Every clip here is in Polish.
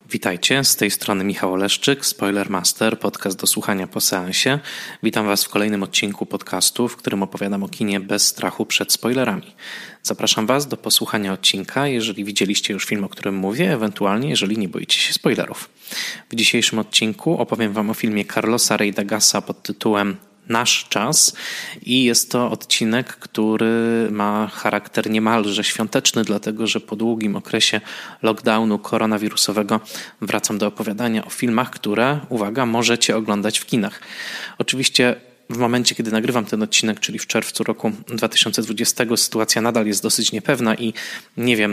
Witajcie, z tej strony Michał Oleszczyk, Spoilermaster, podcast do słuchania po seansie. Witam Was w kolejnym odcinku podcastu, w którym opowiadam o kinie bez strachu przed spoilerami. Zapraszam Was do posłuchania odcinka, jeżeli widzieliście już film, o którym mówię, ewentualnie jeżeli nie boicie się spoilerów. W dzisiejszym odcinku opowiem Wam o filmie Carlosa Reydagasa pod tytułem Nasz czas i jest to odcinek, który ma charakter niemalże świąteczny, dlatego że po długim okresie lockdownu koronawirusowego wracam do opowiadania o filmach, które, uwaga, możecie oglądać w kinach. Oczywiście w momencie, kiedy nagrywam ten odcinek, czyli w czerwcu roku 2020, sytuacja nadal jest dosyć niepewna i nie wiem,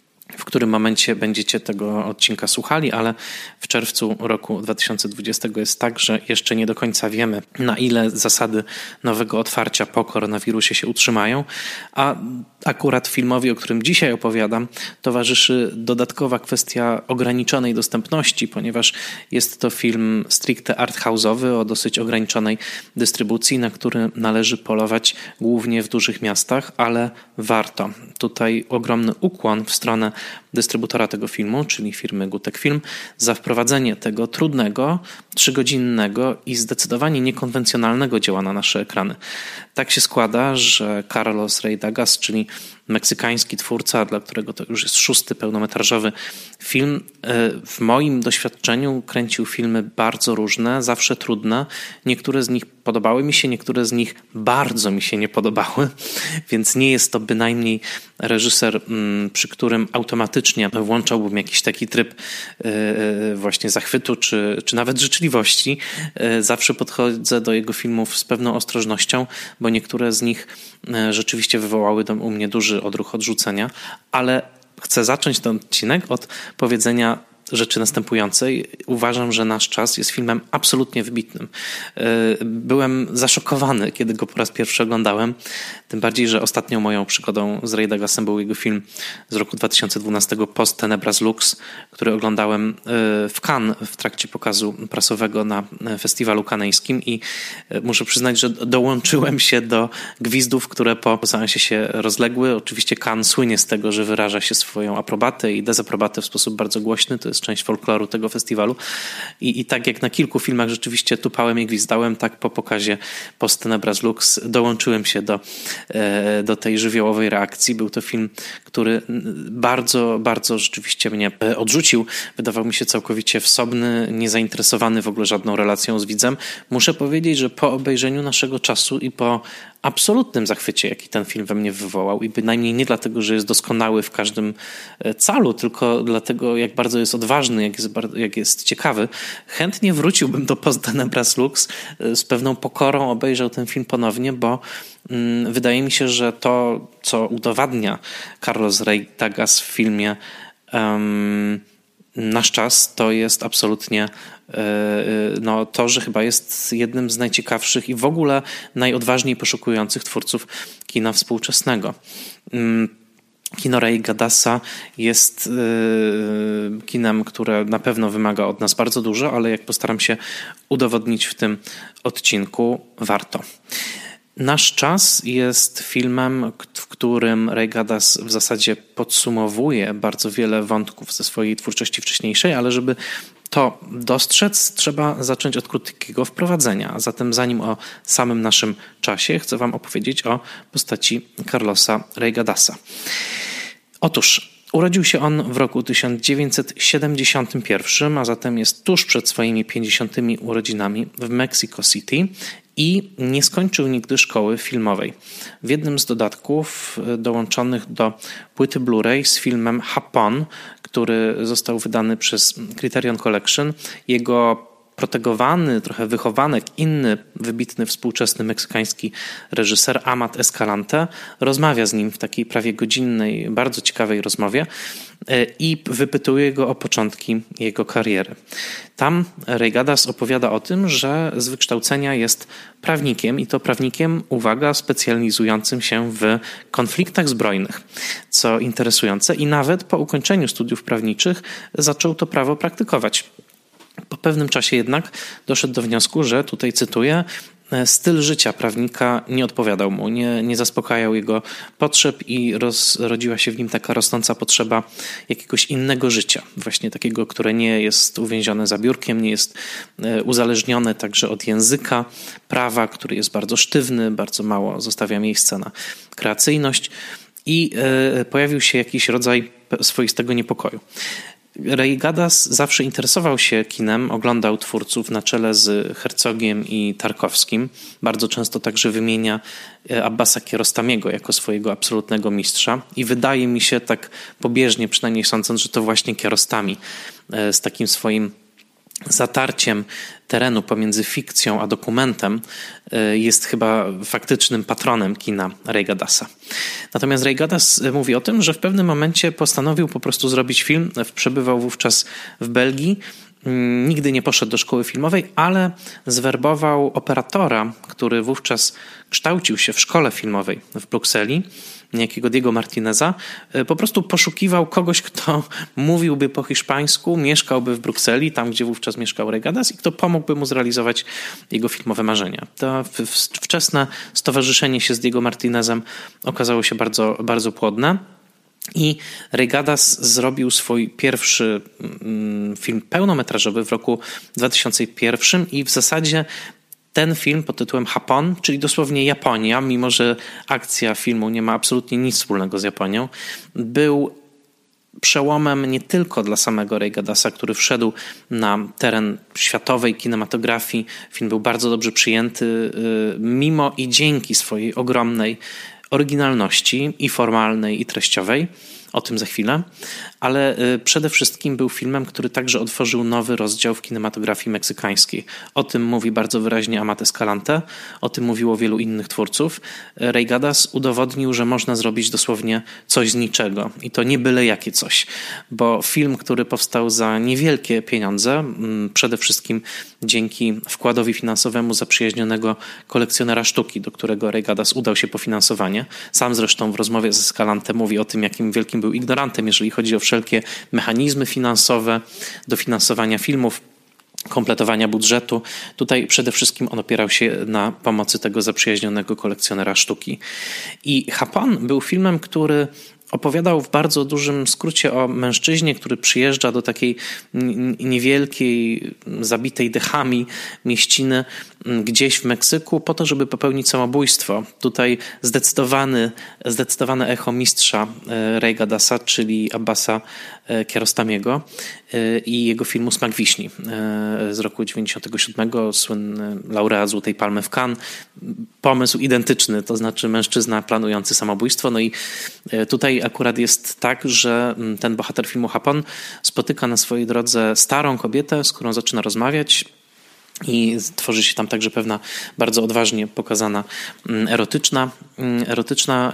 w którym momencie będziecie tego odcinka słuchali, ale w czerwcu roku 2020 jest tak, że jeszcze nie do końca wiemy, na ile zasady nowego otwarcia po koronawirusie się utrzymają, a akurat filmowi, o którym dzisiaj opowiadam, towarzyszy dodatkowa kwestia ograniczonej dostępności, ponieważ jest to film stricte arthouse'owy o dosyć ograniczonej dystrybucji, na który należy polować głównie w dużych miastach, ale warto. Tutaj ogromny ukłon w stronę dystrybutora tego filmu, czyli firmy Gutek Film, za wprowadzenie tego trudnego, 3-godzinnego i zdecydowanie niekonwencjonalnego dzieła na nasze ekrany. Tak się składa, że Carlos Reydagas, czyli meksykański twórca, dla którego to już jest 6. pełnometrażowy film, w moim doświadczeniu kręcił filmy bardzo różne, zawsze trudne. Niektóre z nich podobały mi się, niektóre z nich bardzo mi się nie podobały, więc nie jest to bynajmniej reżyser, przy którym automatycznie włączałbym jakiś taki tryb właśnie zachwytu, czy nawet życzliwości. Zawsze podchodzę do jego filmów z pewną ostrożnością, bo niektóre z nich rzeczywiście wywołały u mnie duży odruch odrzucenia, ale chcę zacząć ten odcinek od powiedzenia rzeczy następującej. Uważam, że Nasz czas jest filmem absolutnie wybitnym. Byłem zaszokowany, kiedy go po raz pierwszy oglądałem. Tym bardziej, że ostatnią moją przygodą z Reydagasem był jego film z roku 2012 Post Tenebras Lux, który oglądałem w Cannes w trakcie pokazu prasowego na festiwalu kaneńskim i muszę przyznać, że dołączyłem się do gwizdów, które po seansie się rozległy. Oczywiście Cannes słynie z tego, że wyraża się swoją aprobatę i dezaprobatę w sposób bardzo głośny. To jest część folkloru tego festiwalu. I tak jak na kilku filmach rzeczywiście tupałem i gwizdałem, tak po pokazie Post Tenebras Lux dołączyłem się do tej żywiołowej reakcji. Był to film, który bardzo, bardzo rzeczywiście mnie odrzucił. Wydawał mi się całkowicie wsobny, niezainteresowany w ogóle żadną relacją z widzem. Muszę powiedzieć, że po obejrzeniu Naszego czasu i po absolutnym zachwycie, jaki ten film we mnie wywołał i bynajmniej nie dlatego, że jest doskonały w każdym calu, tylko dlatego, jak bardzo jest odważny, jak jest ciekawy, chętnie wróciłbym do Post Tenebras Lux, z pewną pokorą obejrzał ten film ponownie, bo wydaje mi się, że to, co udowadnia Carlos Reydagas w filmie Nasz czas, to jest absolutnie to, że chyba jest jednym z najciekawszych i w ogóle najodważniej poszukujących twórców kina współczesnego. Kino Reygadasa jest kinem, które na pewno wymaga od nas bardzo dużo, ale jak postaram się udowodnić w tym odcinku, warto. Nasz czas jest filmem, w którym Reygadas w zasadzie podsumowuje bardzo wiele wątków ze swojej twórczości wcześniejszej, ale żeby to dostrzec, trzeba zacząć od krótkiego wprowadzenia. A zatem zanim o samym naszym czasie, chcę Wam opowiedzieć o postaci Carlosa Reygadasa. Otóż urodził się on w roku 1971, a zatem jest tuż przed swoimi 50. urodzinami w Mexico City i nie skończył nigdy szkoły filmowej. W jednym z dodatków dołączonych do płyty Blu-ray z filmem Japón, który został wydany przez Criterion Collection, jego protegowany, trochę wychowanek, inny wybitny współczesny meksykański reżyser Amat Escalante rozmawia z nim w takiej prawie godzinnej, bardzo ciekawej rozmowie i wypytuje go o początki jego kariery. Tam Reygadas opowiada o tym, że z wykształcenia jest prawnikiem i to prawnikiem, uwaga, specjalizującym się w konfliktach zbrojnych. Co interesujące i nawet po ukończeniu studiów prawniczych zaczął to prawo praktykować. Po pewnym czasie jednak doszedł do wniosku, że, tutaj cytuję, styl życia prawnika nie odpowiadał mu, nie zaspokajał jego potrzeb i rodziła się w nim taka rosnąca potrzeba jakiegoś innego życia. Właśnie takiego, które nie jest uwięzione za biurkiem, nie jest uzależnione także od języka prawa, który jest bardzo sztywny, bardzo mało zostawia miejsca na kreacyjność i pojawił się jakiś rodzaj swoistego niepokoju. Ray Gaddis zawsze interesował się kinem, oglądał twórców na czele z Herzogiem i Tarkowskim. Bardzo często także wymienia Abbasa Kiarostamiego jako swojego absolutnego mistrza i wydaje mi się tak pobieżnie, przynajmniej sądząc, że to właśnie Kiarostami z takim swoim zatarciem terenu pomiędzy fikcją a dokumentem jest chyba faktycznym patronem kina Ray Gaddisa. Natomiast Ray Gaddis mówi o tym, że w pewnym momencie postanowił po prostu zrobić film. Przebywał wówczas w Belgii. Nigdy nie poszedł do szkoły filmowej, ale zwerbował operatora, który wówczas kształcił się w szkole filmowej w Brukseli, niejakiego Diego Martineza. Po prostu poszukiwał kogoś, kto mówiłby po hiszpańsku, mieszkałby w Brukseli, tam gdzie wówczas mieszkał Ray Gaddis i kto pomógłby mu zrealizować jego filmowe marzenia. To wczesne stowarzyszenie się z Diego Martinezem okazało się bardzo, bardzo płodne. I Ray Gaddis zrobił swój pierwszy film pełnometrażowy w roku 2001 i w zasadzie ten film pod tytułem Japon, czyli dosłownie Japonia, mimo że akcja filmu nie ma absolutnie nic wspólnego z Japonią, był przełomem nie tylko dla samego Ray Gaddisa, który wszedł na teren światowej kinematografii. Film był bardzo dobrze przyjęty, mimo i dzięki swojej ogromnej oryginalności i formalnej, i treściowej. O tym za chwilę. Ale przede wszystkim był filmem, który także otworzył nowy rozdział w kinematografii meksykańskiej. O tym mówi bardzo wyraźnie Amat Escalante, o tym mówiło wielu innych twórców. Ray Gaddis udowodnił, że można zrobić dosłownie coś z niczego. I to nie byle jakie coś. Bo film, który powstał za niewielkie pieniądze, przede wszystkim dzięki wkładowi finansowemu zaprzyjaźnionego kolekcjonera sztuki, do którego Ray Gaddis udał się po finansowanie. Sam zresztą w rozmowie z Escalante mówi o tym, jakim wielkim był ignorantem, jeżeli chodzi o wszelkie mechanizmy finansowe, dofinansowania filmów, kompletowania budżetu. Tutaj przede wszystkim on opierał się na pomocy tego zaprzyjaźnionego kolekcjonera sztuki. I Japon był filmem, który opowiadał w bardzo dużym skrócie o mężczyźnie, który przyjeżdża do takiej niewielkiej, zabitej dechami mieściny gdzieś w Meksyku po to, żeby popełnić samobójstwo. Tutaj zdecydowane echo mistrza Ray Gaddisa, czyli Abbasa Kiarostamiego i jego filmu Smak wiśni z roku 1997, słynny laureat Złotej Palmy w Cannes. Pomysł identyczny, to znaczy mężczyzna planujący samobójstwo. No i tutaj akurat jest tak, że ten bohater filmu Japon spotyka na swojej drodze starą kobietę, z którą zaczyna rozmawiać. I tworzy się tam także pewna bardzo odważnie pokazana erotyczna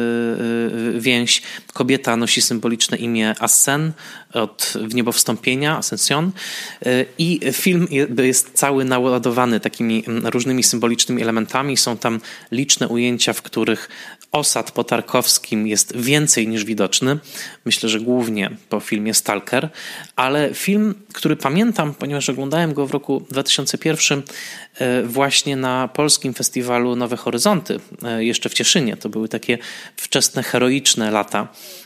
więź. Kobieta nosi symboliczne imię Asen od wniebowstąpienia, Ascension. I film jest cały naładowany takimi różnymi symbolicznymi elementami. Są tam liczne ujęcia, w których osad po Tarkowskim jest więcej niż widoczny. Myślę, że głównie po filmie Stalker, ale film, który pamiętam, ponieważ oglądałem go w roku 2001 właśnie na polskim festiwalu Nowe Horyzonty, jeszcze w Cieszynie. To były takie wczesne, heroiczne lata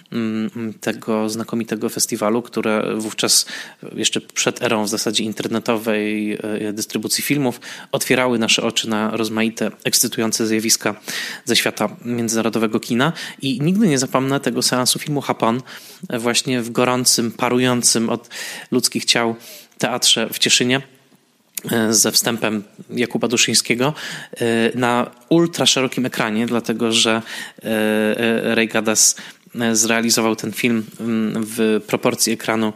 tego znakomitego festiwalu, które wówczas jeszcze przed erą w zasadzie internetowej dystrybucji filmów otwierały nasze oczy na rozmaite, ekscytujące zjawiska ze świata międzynarodowego kina i nigdy nie zapomnę tego seansu filmu Japon właśnie w gorącym, parującym od ludzkich ciał teatrze w Cieszynie ze wstępem Jakuba Duszyńskiego na ultra szerokim ekranie, dlatego że Ray Gaddis zrealizował ten film w proporcji ekranu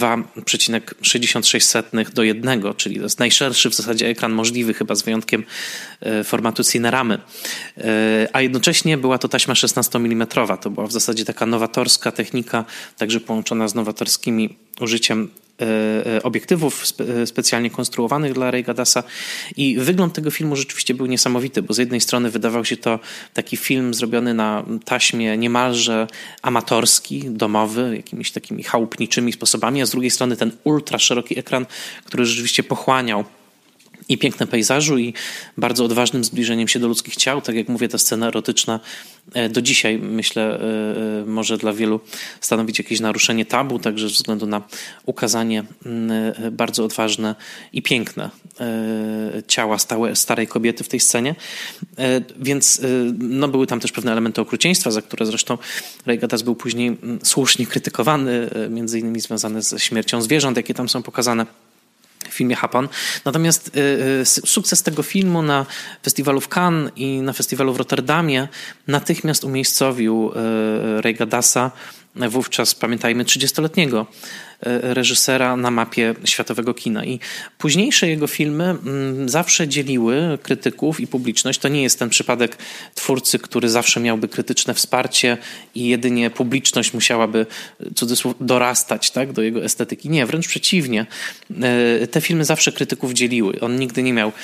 2,66 do 1, czyli to jest najszerszy w zasadzie ekran możliwy, chyba z wyjątkiem formatu Cineramy. A jednocześnie była to taśma 16 mm. To była w zasadzie taka nowatorska technika, także połączona z nowatorskimi użyciem obiektywów specjalnie konstruowanych dla Ray Gaddisa i wygląd tego filmu rzeczywiście był niesamowity, bo z jednej strony wydawał się to taki film zrobiony na taśmie niemalże amatorski, domowy, jakimiś takimi chałupniczymi sposobami, a z drugiej strony ten ultra szeroki ekran, który rzeczywiście pochłaniał i piękne pejzażu i bardzo odważnym zbliżeniem się do ludzkich ciał. Tak jak mówię, ta scena erotyczna do dzisiaj, myślę, może dla wielu stanowić jakieś naruszenie tabu, także ze względu na ukazanie bardzo odważne i piękne ciała starej kobiety w tej scenie. Więc były tam też pewne elementy okrucieństwa, za które zresztą Ray Gaddis był później słusznie krytykowany, między innymi związane ze śmiercią zwierząt, jakie tam są pokazane w filmie Hapan. Natomiast sukces tego filmu na festiwalu w Cannes i na festiwalu w Rotterdamie natychmiast umiejscowił Ray Gaddisa, wówczas pamiętajmy 30-letniego reżysera na mapie światowego kina. I późniejsze jego filmy zawsze dzieliły krytyków i publiczność. To nie jest ten przypadek twórcy, który zawsze miałby krytyczne wsparcie i jedynie publiczność musiałaby, cudzysłów, dorastać, tak, do jego estetyki. Nie, wręcz przeciwnie. Te filmy zawsze krytyków dzieliły. On nigdy nie miał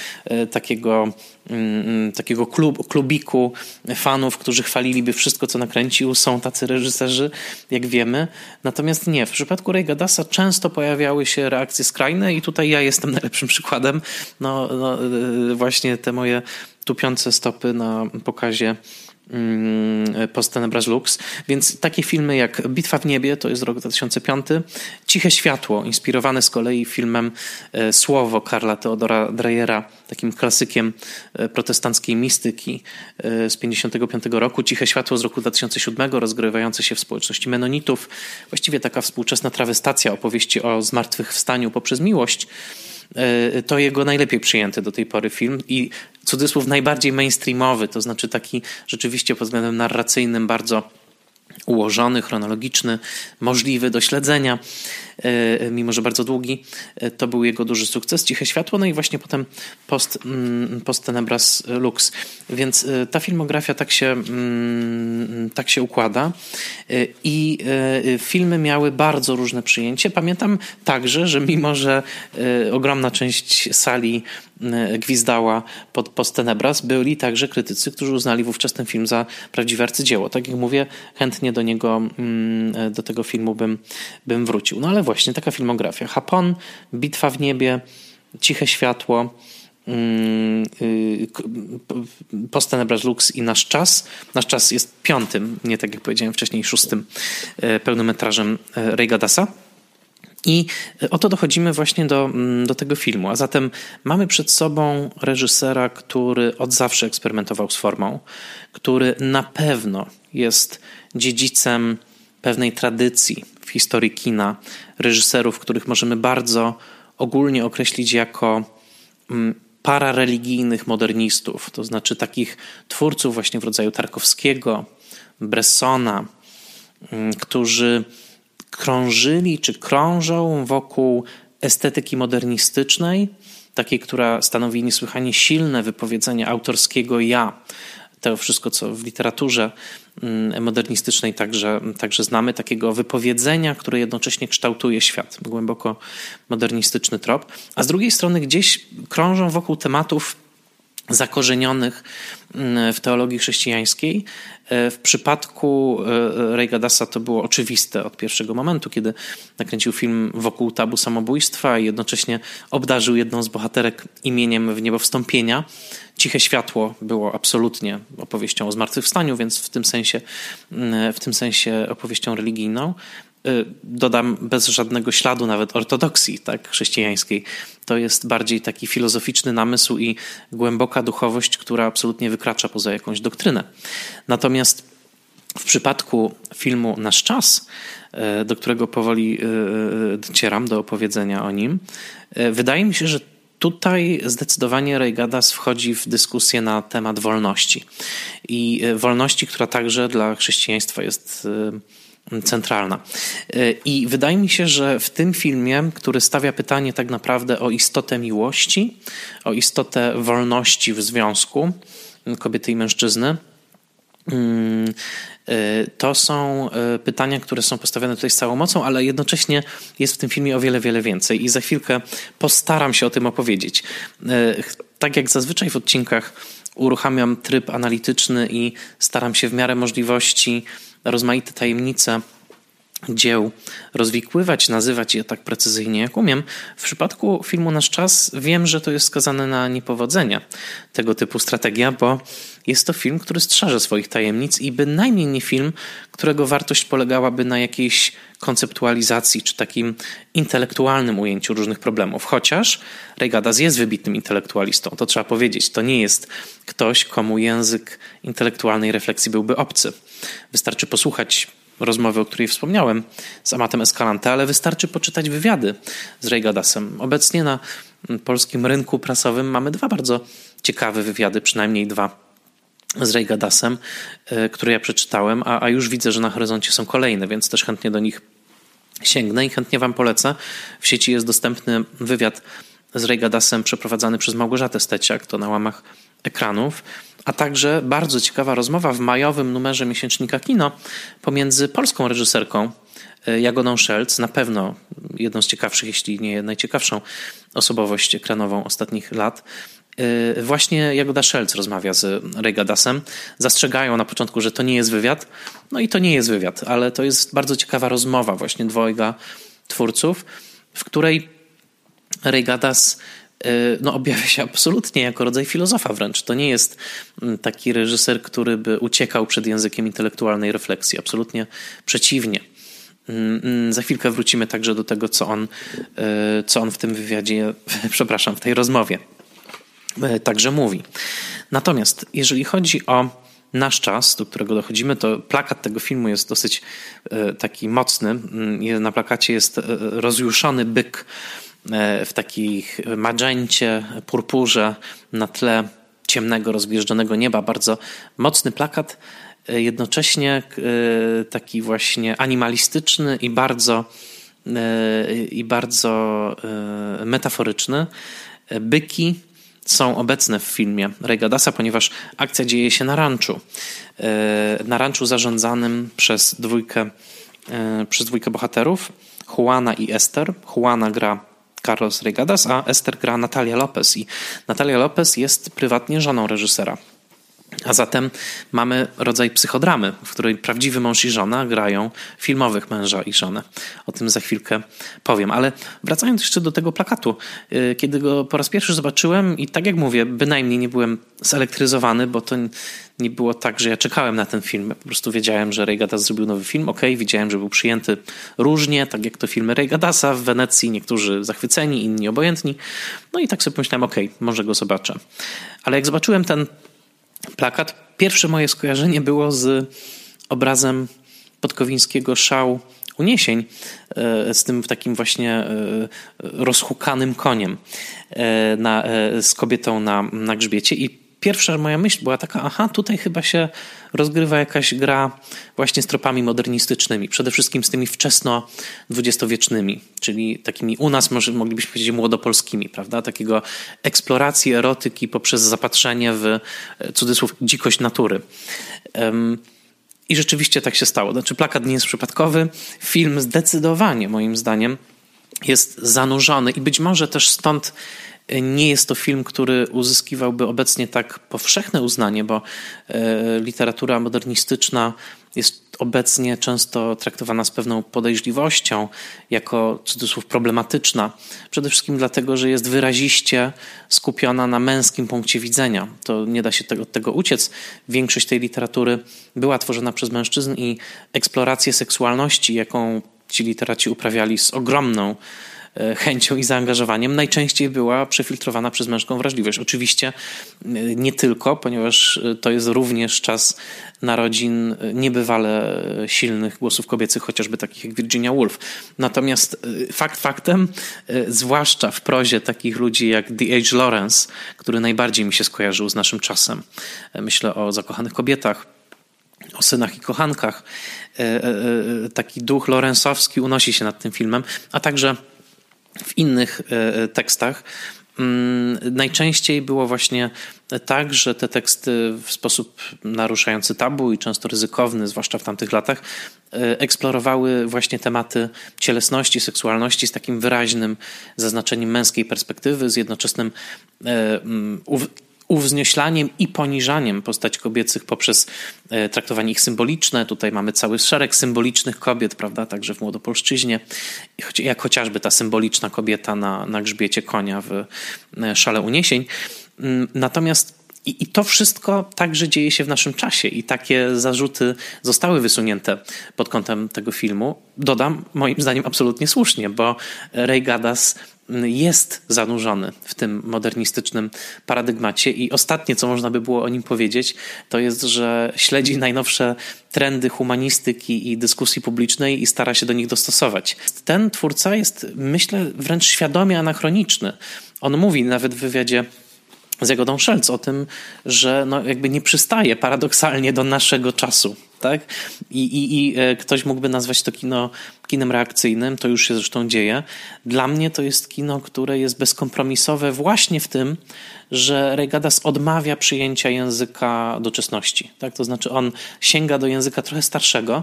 takiego klubiku fanów, którzy chwaliliby wszystko, co nakręcił. Są tacy reżyserzy, jak wiemy. Natomiast nie, w przypadku Ray Gaddisa często pojawiały się reakcje skrajne i tutaj ja jestem najlepszym przykładem. Właśnie te moje tupiące stopy na pokazie Post Tenebras Lux. Więc takie filmy jak Bitwa w niebie, to jest rok 2005, Ciche światło, inspirowane z kolei filmem Słowo Karla Theodora Dreyera, takim klasykiem protestanckiej mistyki z 1955 roku. Ciche światło z roku 2007, rozgrywające się w społeczności menonitów. Właściwie taka współczesna trawestacja opowieści o zmartwychwstaniu poprzez miłość. To jego najlepiej przyjęty do tej pory film i cudzysłów najbardziej mainstreamowy, to znaczy taki rzeczywiście pod względem narracyjnym bardzo ułożony, chronologiczny, możliwy do śledzenia, mimo że bardzo długi. To był jego duży sukces, Ciche światło, no i właśnie potem Post Tenebras Lux. Więc ta filmografia tak się układa i filmy miały bardzo różne przyjęcie. Pamiętam także, że mimo że ogromna część sali gwizdała pod Post Tenebras, byli także krytycy, którzy uznali wówczas ten film za prawdziwe arcydzieło. Tak jak mówię, chętnie do tego filmu bym wrócił. No ale właśnie taka filmografia. Hapan, Bitwa w niebie, Ciche światło, Post Tenebras Lux i Nasz czas. Nasz czas jest 5., nie tak jak powiedziałem wcześniej, 6. pełnometrażem Ray Gaddisa. I oto dochodzimy właśnie do tego filmu. A zatem mamy przed sobą reżysera, który od zawsze eksperymentował z formą, który na pewno jest dziedzicem pewnej tradycji w historii kina, reżyserów, których możemy bardzo ogólnie określić jako parareligijnych modernistów, to znaczy takich twórców właśnie w rodzaju Tarkowskiego, Bressona, którzy krążyli czy krążą wokół estetyki modernistycznej, takiej, która stanowi niesłychanie silne wypowiedzenie autorskiego ja. To wszystko, co w literaturze modernistycznej także znamy, takiego wypowiedzenia, które jednocześnie kształtuje świat. Głęboko modernistyczny trop. A z drugiej strony gdzieś krążą wokół tematów zakorzenionych w teologii chrześcijańskiej. W przypadku Ray Gaddisa to było oczywiste od pierwszego momentu, kiedy nakręcił film wokół tabu samobójstwa i jednocześnie obdarzył jedną z bohaterek imieniem w niebo wstąpienia. Ciche światło było absolutnie opowieścią o zmartwychwstaniu, więc w tym sensie opowieścią religijną. Dodam, bez żadnego śladu nawet ortodoksji, tak, chrześcijańskiej. To jest bardziej taki filozoficzny namysł i głęboka duchowość, która absolutnie wykracza poza jakąś doktrynę. Natomiast w przypadku filmu Nasz czas, do którego powoli docieram, do opowiedzenia o nim, wydaje mi się, że tutaj zdecydowanie Ray Gaddis wchodzi w dyskusję na temat wolności. I wolności, która także dla chrześcijaństwa jest centralna. I wydaje mi się, że w tym filmie, który stawia pytanie tak naprawdę o istotę miłości, o istotę wolności w związku kobiety i mężczyzny, to są pytania, które są postawione tutaj z całą mocą, ale jednocześnie jest w tym filmie o wiele, wiele więcej i za chwilkę postaram się o tym opowiedzieć. Tak jak zazwyczaj w odcinkach uruchamiam tryb analityczny i staram się w miarę możliwości rozmaite tajemnice dzieł rozwikływać, nazywać je tak precyzyjnie jak umiem. W przypadku filmu Nasz czas wiem, że to jest skazane na niepowodzenie tego typu strategia, bo jest to film, który strzeże swoich tajemnic i bynajmniej nie film, którego wartość polegałaby na jakiejś konceptualizacji czy takim intelektualnym ujęciu różnych problemów. Chociaż Ray Gaddis jest wybitnym intelektualistą, to trzeba powiedzieć. To nie jest ktoś, komu język intelektualnej refleksji byłby obcy. Wystarczy posłuchać rozmowy, o której wspomniałem, z Amatem Escalante, ale wystarczy poczytać wywiady z Ray Gaddisem. Obecnie na polskim rynku prasowym mamy 2 bardzo ciekawe wywiady, przynajmniej 2 z Ray Gaddisem, które ja przeczytałem, a już widzę, że na horyzoncie są kolejne, więc też chętnie do nich sięgnę i chętnie wam polecę. W sieci jest dostępny wywiad z Ray Gaddisem przeprowadzany przez Małgorzatę Steciak, to na łamach ekranów, a także bardzo ciekawa rozmowa w majowym numerze miesięcznika Kino pomiędzy polską reżyserką Jagodą Szelc, na pewno jedną z ciekawszych, jeśli nie najciekawszą osobowość ekranową ostatnich lat. Właśnie Jagoda Szelc rozmawia z Ray Gaddisem. Zastrzegają na początku, że to nie jest wywiad. No i to nie jest wywiad, ale to jest bardzo ciekawa rozmowa właśnie 2 twórców, w której Ray Gaddis objawia się absolutnie jako rodzaj filozofa wręcz. To nie jest taki reżyser, który by uciekał przed językiem intelektualnej refleksji. Absolutnie przeciwnie. Za chwilkę wrócimy także do tego, co on w tym wywiadzie, w tej rozmowie także mówi. Natomiast jeżeli chodzi o Nasz czas, do którego dochodzimy, to plakat tego filmu jest dosyć taki mocny. Na plakacie jest rozjuszony byk w takich magencie, purpurze na tle ciemnego, rozgwieżdżonego nieba. Bardzo mocny plakat, jednocześnie taki właśnie animalistyczny i bardzo metaforyczny. Byki są obecne w filmie Ray Gaddisa, ponieważ akcja dzieje się na ranczu zarządzanym przez dwójkę bohaterów, Juana i Esther. Juana gra Carlos Ray Gaddis, a Esther gra Natalia Lopez. I Natalia Lopez jest prywatnie żoną reżysera. A zatem mamy rodzaj psychodramy, w której prawdziwy mąż i żona grają filmowych męża i żonę. O tym za chwilkę powiem. Ale wracając jeszcze do tego plakatu, kiedy go po raz pierwszy zobaczyłem i tak jak mówię, bynajmniej nie byłem zelektryzowany, bo to nie było tak, że ja czekałem na ten film. Ja po prostu wiedziałem, że Ray Gaddis zrobił nowy film. Widziałem, że był przyjęty różnie, tak jak to filmy Ray Gaddisa w Wenecji. Niektórzy zachwyceni, inni obojętni. No i tak sobie pomyślałem, może go zobaczę. Ale jak zobaczyłem ten plakat, pierwsze moje skojarzenie było z obrazem Podkowińskiego Szał Uniesień, z tym takim właśnie rozhukanym koniem z kobietą na grzbiecie. I pierwsza moja myśl była taka, tutaj chyba się rozgrywa jakaś gra właśnie z tropami modernistycznymi, przede wszystkim z tymi wczesno-dwudziestowiecznymi, czyli takimi u nas moglibyśmy powiedzieć młodopolskimi, prawda? Takiego eksploracji erotyki poprzez zapatrzenie w cudzysłów dzikość natury. I rzeczywiście tak się stało. Znaczy plakat nie jest przypadkowy. Film zdecydowanie moim zdaniem jest zanurzony i być może też stąd nie jest to film, który uzyskiwałby obecnie tak powszechne uznanie, bo literatura modernistyczna jest obecnie często traktowana z pewną podejrzliwością, jako cudzysłów problematyczna. Przede wszystkim dlatego, że jest wyraziście skupiona na męskim punkcie widzenia. To nie da się od tego uciec. Większość tej literatury była tworzona przez mężczyzn i eksplorację seksualności, jaką ci literaci uprawiali z ogromną chęcią i zaangażowaniem, najczęściej była przefiltrowana przez męską wrażliwość. Oczywiście nie tylko, ponieważ to jest również czas narodzin niebywale silnych głosów kobiecych, chociażby takich jak Virginia Woolf. Natomiast fakt faktem, zwłaszcza w prozie takich ludzi jak D.H. Lawrence, który najbardziej mi się skojarzył z naszym czasem. Myślę o Zakochanych kobietach, o Synach i kochankach. Taki duch lorensowski unosi się nad tym filmem, a także w innych tekstach. Najczęściej było właśnie tak, że te teksty w sposób naruszający tabu i często ryzykowny, zwłaszcza w tamtych latach, eksplorowały właśnie tematy cielesności, seksualności z takim wyraźnym zaznaczeniem męskiej perspektywy, z jednoczesnym uwznioślaniem i poniżaniem postaci kobiecych poprzez traktowanie ich symboliczne. Tutaj mamy cały szereg symbolicznych kobiet, prawda, także w Młodopolszczyźnie, jak chociażby ta symboliczna kobieta na grzbiecie konia w Szale Uniesień. Natomiast i to wszystko także dzieje się w naszym czasie i takie zarzuty zostały wysunięte pod kątem tego filmu. Dodam, moim zdaniem absolutnie słusznie, bo Ray Gaddis jest zanurzony w tym modernistycznym paradygmacie i ostatnie, co można by było o nim powiedzieć, to jest, że śledzi najnowsze trendy humanistyki i dyskusji publicznej i stara się do nich dostosować. Ten twórca jest, myślę, wręcz świadomie anachroniczny. On mówi nawet w wywiadzie z Jagodą Szelc o tym, że jakby nie przystaje paradoksalnie do naszego czasu. Tak? I ktoś mógłby nazwać to kino kinem reakcyjnym, to już się zresztą dzieje. Dla mnie to jest kino, które jest bezkompromisowe właśnie w tym, że Ray Gaddis odmawia przyjęcia języka doczesności. Tak? To znaczy on sięga do języka trochę starszego.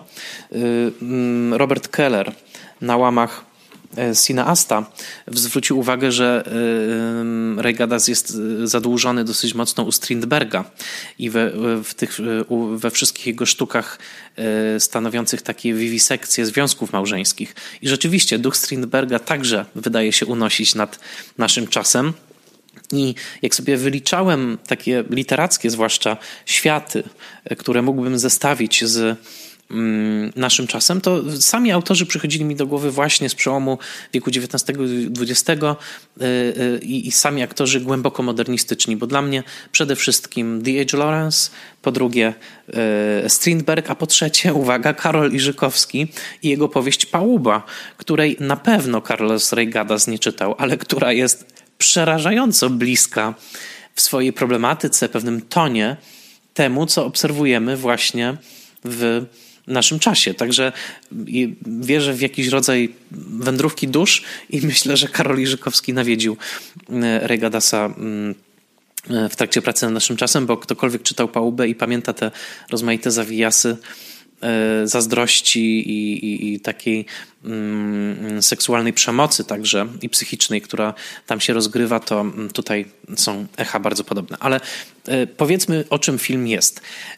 Robert Keller na łamach Cineasta zwrócił uwagę, że Ray Gaddis jest zadłużony dosyć mocno u Strindberga i we wszystkich jego sztukach stanowiących takie wiwisekcje związków małżeńskich. I rzeczywiście duch Strindberga także wydaje się unosić nad naszym czasem. I jak sobie wyliczałem takie literackie zwłaszcza światy, które mógłbym zestawić z naszym czasem, to sami autorzy przychodzili mi do głowy właśnie z przełomu wieku XIX i XX i sami aktorzy głęboko modernistyczni, bo dla mnie przede wszystkim D.H. Lawrence, po drugie Strindberg, a po trzecie, uwaga, Karol Iżykowski i jego powieść Pałuba, której na pewno Carlos Ray Gaddis nie czytał, ale która jest przerażająco bliska w swojej problematyce, pewnym tonie temu, co obserwujemy właśnie w naszym czasie. Także wierzę w jakiś rodzaj wędrówki dusz i myślę, że Karol Iżykowski nawiedził Ray Gaddisa w trakcie pracy nad naszym czasem, bo ktokolwiek czytał Pałubę i pamięta te rozmaite zawijasy zazdrości i takiej seksualnej przemocy także i psychicznej, która tam się rozgrywa, to tutaj są echa bardzo podobne. Ale powiedzmy, o czym film jest.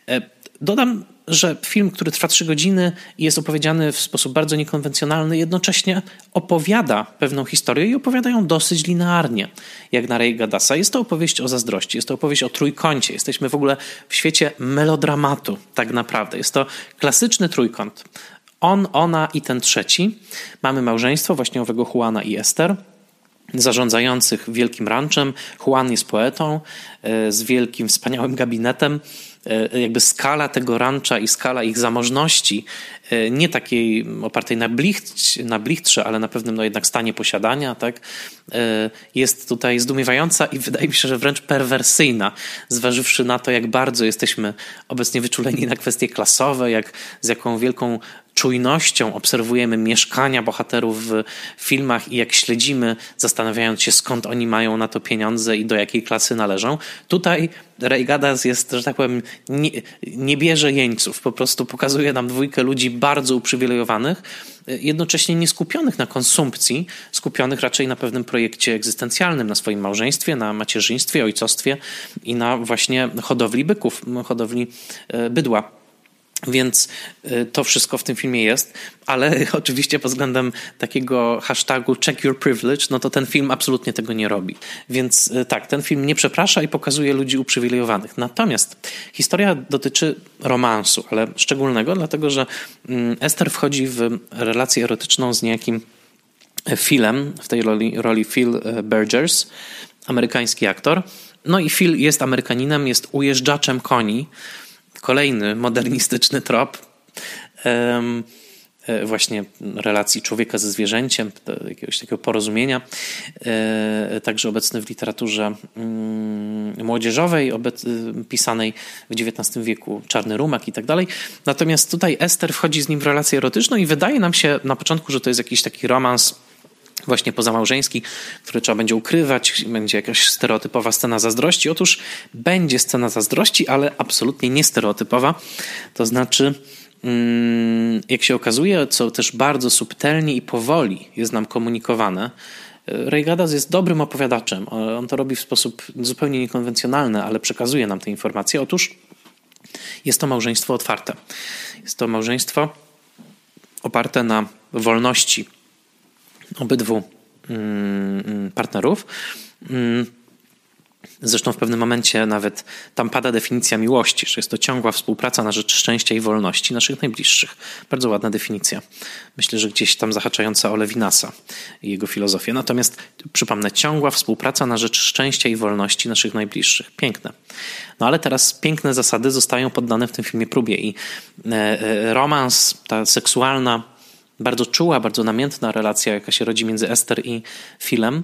Dodam, że film, który trwa 3 godziny i jest opowiedziany w sposób bardzo niekonwencjonalny, jednocześnie opowiada pewną historię i opowiada ją dosyć linearnie, jak na Ray Gaddisa. Jest to opowieść o zazdrości, jest to opowieść o trójkącie. Jesteśmy w ogóle w świecie melodramatu tak naprawdę. Jest to klasyczny trójkąt. On, ona i ten trzeci. Mamy małżeństwo właśnie owego Juana i Ester, zarządzających wielkim ranczem. Juan jest poetą z wielkim, wspaniałym gabinetem. Jakby skala tego rancza i skala ich zamożności, nie takiej opartej na blichtrze, ale na pewnym jednak stanie posiadania, tak, jest tutaj zdumiewająca i wydaje mi się, że wręcz perwersyjna, zważywszy na to, jak bardzo jesteśmy obecnie wyczuleni na kwestie klasowe, z jaką wielką czujnością obserwujemy mieszkania bohaterów w filmach i jak śledzimy, zastanawiając się, skąd oni mają na to pieniądze i do jakiej klasy należą. Tutaj Ray Gaddis jest, że tak powiem, nie bierze jeńców, po prostu pokazuje nam dwójkę ludzi bardzo uprzywilejowanych, jednocześnie nie skupionych na konsumpcji, skupionych raczej na pewnym projekcie egzystencjalnym, na swoim małżeństwie, na macierzyństwie, ojcostwie i na właśnie hodowli byków, hodowli bydła. Więc to wszystko w tym filmie jest, ale oczywiście pod względem takiego hashtagu check your privilege, no to ten film absolutnie tego nie robi. Więc tak, ten film nie przeprasza i pokazuje ludzi uprzywilejowanych. Natomiast historia dotyczy romansu, ale szczególnego, dlatego że Ester wchodzi w relację erotyczną z niejakim Philem, w tej roli Phil Burgess, amerykański aktor. No i Phil jest Amerykaninem, jest ujeżdżaczem koni. Kolejny modernistyczny trop właśnie relacji człowieka ze zwierzęciem, jakiegoś takiego porozumienia, także obecny w literaturze młodzieżowej, pisanej w XIX wieku, Czarny Rumak i tak dalej. Natomiast tutaj Ester wchodzi z nim w relację erotyczną i wydaje nam się na początku, że to jest jakiś taki romans właśnie pozamałżeński, który trzeba będzie ukrywać, będzie jakaś stereotypowa scena zazdrości. Otóż będzie scena zazdrości, ale absolutnie nie stereotypowa. To znaczy, jak się okazuje, co też bardzo subtelnie i powoli jest nam komunikowane, Ray Gaddis jest dobrym opowiadaczem. On to robi w sposób zupełnie niekonwencjonalny, ale przekazuje nam te informacje. Otóż jest to małżeństwo otwarte. Jest to małżeństwo oparte na wolności obydwu partnerów. Zresztą w pewnym momencie nawet tam pada definicja miłości, że jest to ciągła współpraca na rzecz szczęścia i wolności naszych najbliższych. Bardzo ładna definicja. Myślę, że gdzieś tam zahaczająca o Levinasa i jego filozofię. Natomiast przypomnę, ciągła współpraca na rzecz szczęścia i wolności naszych najbliższych. Piękne. No ale teraz piękne zasady zostają poddane w tym filmie próbie i romans, ta seksualna, bardzo czuła, bardzo namiętna relacja, jaka się rodzi między Esther i Philem.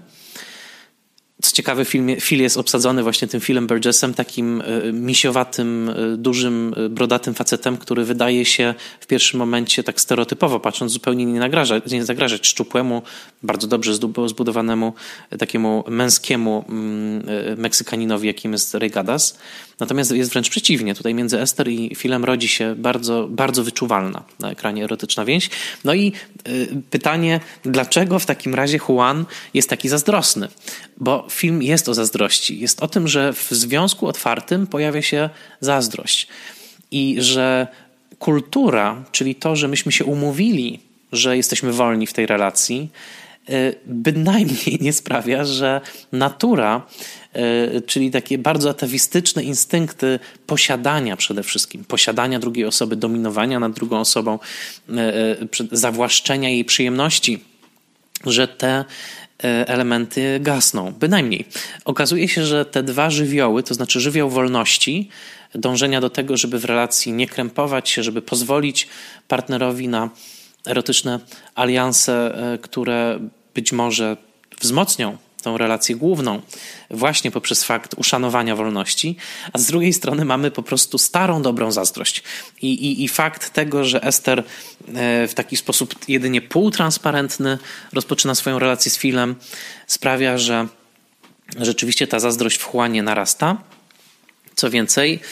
Co ciekawe, Phil jest obsadzony właśnie tym Philem Burgessem, takim misiowatym, dużym, brodatym facetem, który wydaje się w pierwszym momencie tak stereotypowo patrząc zupełnie nie zagrażać szczupłemu, bardzo dobrze zbudowanemu, takiemu męskiemu Meksykaninowi, jakim jest Ray Gaddis. Natomiast jest wręcz przeciwnie. Tutaj między Esther i Philem rodzi się bardzo, bardzo wyczuwalna na ekranie erotyczna więź. No i pytanie, dlaczego w takim razie Juan jest taki zazdrosny? Bo film jest o zazdrości. Jest o tym, że w związku otwartym pojawia się zazdrość. I że kultura, czyli to, że myśmy się umówili, że jesteśmy wolni w tej relacji, bynajmniej nie sprawia, że natura, czyli takie bardzo atawistyczne instynkty posiadania przede wszystkim, posiadania drugiej osoby, dominowania nad drugą osobą, zawłaszczenia jej przyjemności, że te elementy gasną. Bynajmniej. Okazuje się, że te dwa żywioły, to znaczy żywioł wolności, dążenia do tego, żeby w relacji nie krępować się, żeby pozwolić partnerowi na erotyczne alianse, które być może wzmocnią tą relację główną właśnie poprzez fakt uszanowania wolności, a z drugiej strony mamy po prostu starą, dobrą zazdrość. I fakt tego, że Esther w taki sposób jedynie półtransparentny rozpoczyna swoją relację z Philem, sprawia, że rzeczywiście ta zazdrość w Juanie narasta. Co więcej,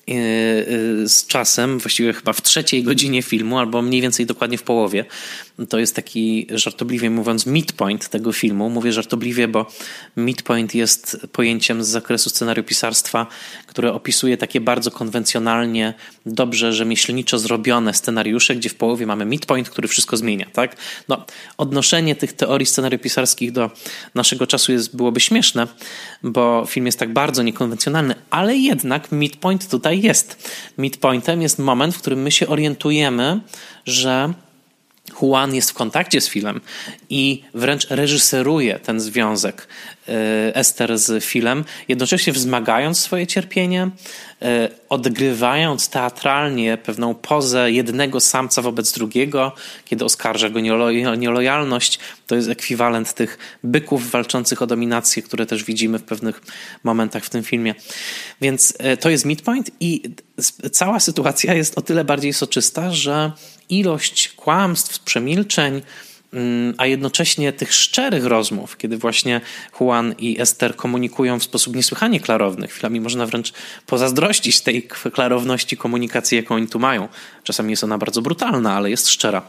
z czasem, właściwie chyba w 3. godzinie filmu, albo mniej więcej dokładnie w połowie, to jest taki, żartobliwie mówiąc, midpoint tego filmu. Mówię żartobliwie, bo midpoint jest pojęciem z zakresu scenariopisarstwa, które opisuje takie bardzo konwencjonalnie, dobrze, rzemieślniczo zrobione scenariusze, gdzie w połowie mamy midpoint, który wszystko zmienia. Tak? No, odnoszenie tych teorii scenariopisarskich do naszego czasu byłoby śmieszne, bo film jest tak bardzo niekonwencjonalny, ale jednak midpoint tutaj jest. Midpointem jest moment, w którym my się orientujemy, że Juan jest w kontakcie z Philem i wręcz reżyseruje ten związek Esther z Philem, jednocześnie wzmagając swoje cierpienie, odgrywając teatralnie pewną pozę jednego samca wobec drugiego, kiedy oskarża go o nielojalność. To jest ekwiwalent tych byków walczących o dominację, które też widzimy w pewnych momentach w tym filmie. Więc to jest midpoint i cała sytuacja jest o tyle bardziej soczysta, że ilość kłamstw, przemilczeń, a jednocześnie tych szczerych rozmów, kiedy właśnie Juan i Esther komunikują w sposób niesłychanie klarowny, chwilami można wręcz pozazdrościć tej klarowności komunikacji, jaką oni tu mają. Czasami jest ona bardzo brutalna, ale jest szczera.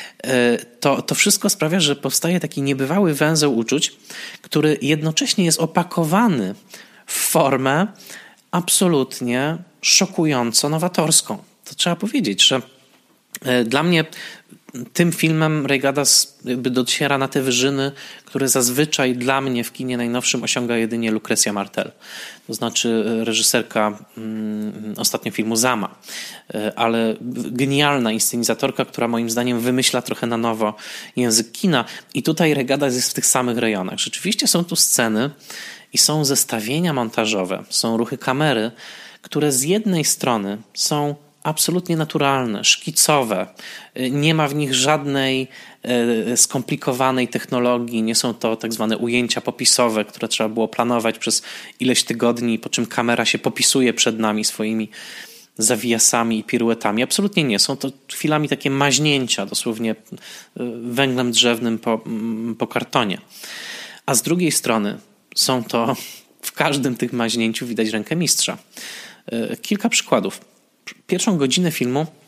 To wszystko sprawia, że powstaje taki niebywały węzeł uczuć, który jednocześnie jest opakowany w formę absolutnie szokująco nowatorską. To trzeba powiedzieć, że dla mnie tym filmem Ray Gaddis jakby dociera na te wyżyny, które zazwyczaj dla mnie w kinie najnowszym osiąga jedynie Lucrecia Martel. To znaczy reżyserka ostatnio filmu Zama, ale genialna inscenizatorka, która moim zdaniem wymyśla trochę na nowo język kina. I tutaj Ray Gaddis jest w tych samych rejonach. Rzeczywiście są tu sceny i są zestawienia montażowe, są ruchy kamery, które z jednej strony są absolutnie naturalne, szkicowe. Nie ma w nich żadnej skomplikowanej technologii, nie są to tak zwane ujęcia popisowe, które trzeba było planować przez ileś tygodni, po czym kamera się popisuje przed nami swoimi zawijasami i piruetami. Absolutnie nie. Są to chwilami takie maźnięcia, dosłownie węglem drzewnym po kartonie. A z drugiej strony są to, w każdym tych maźnięciu widać rękę mistrza. Kilka przykładów. Pierwszą godzinę filmu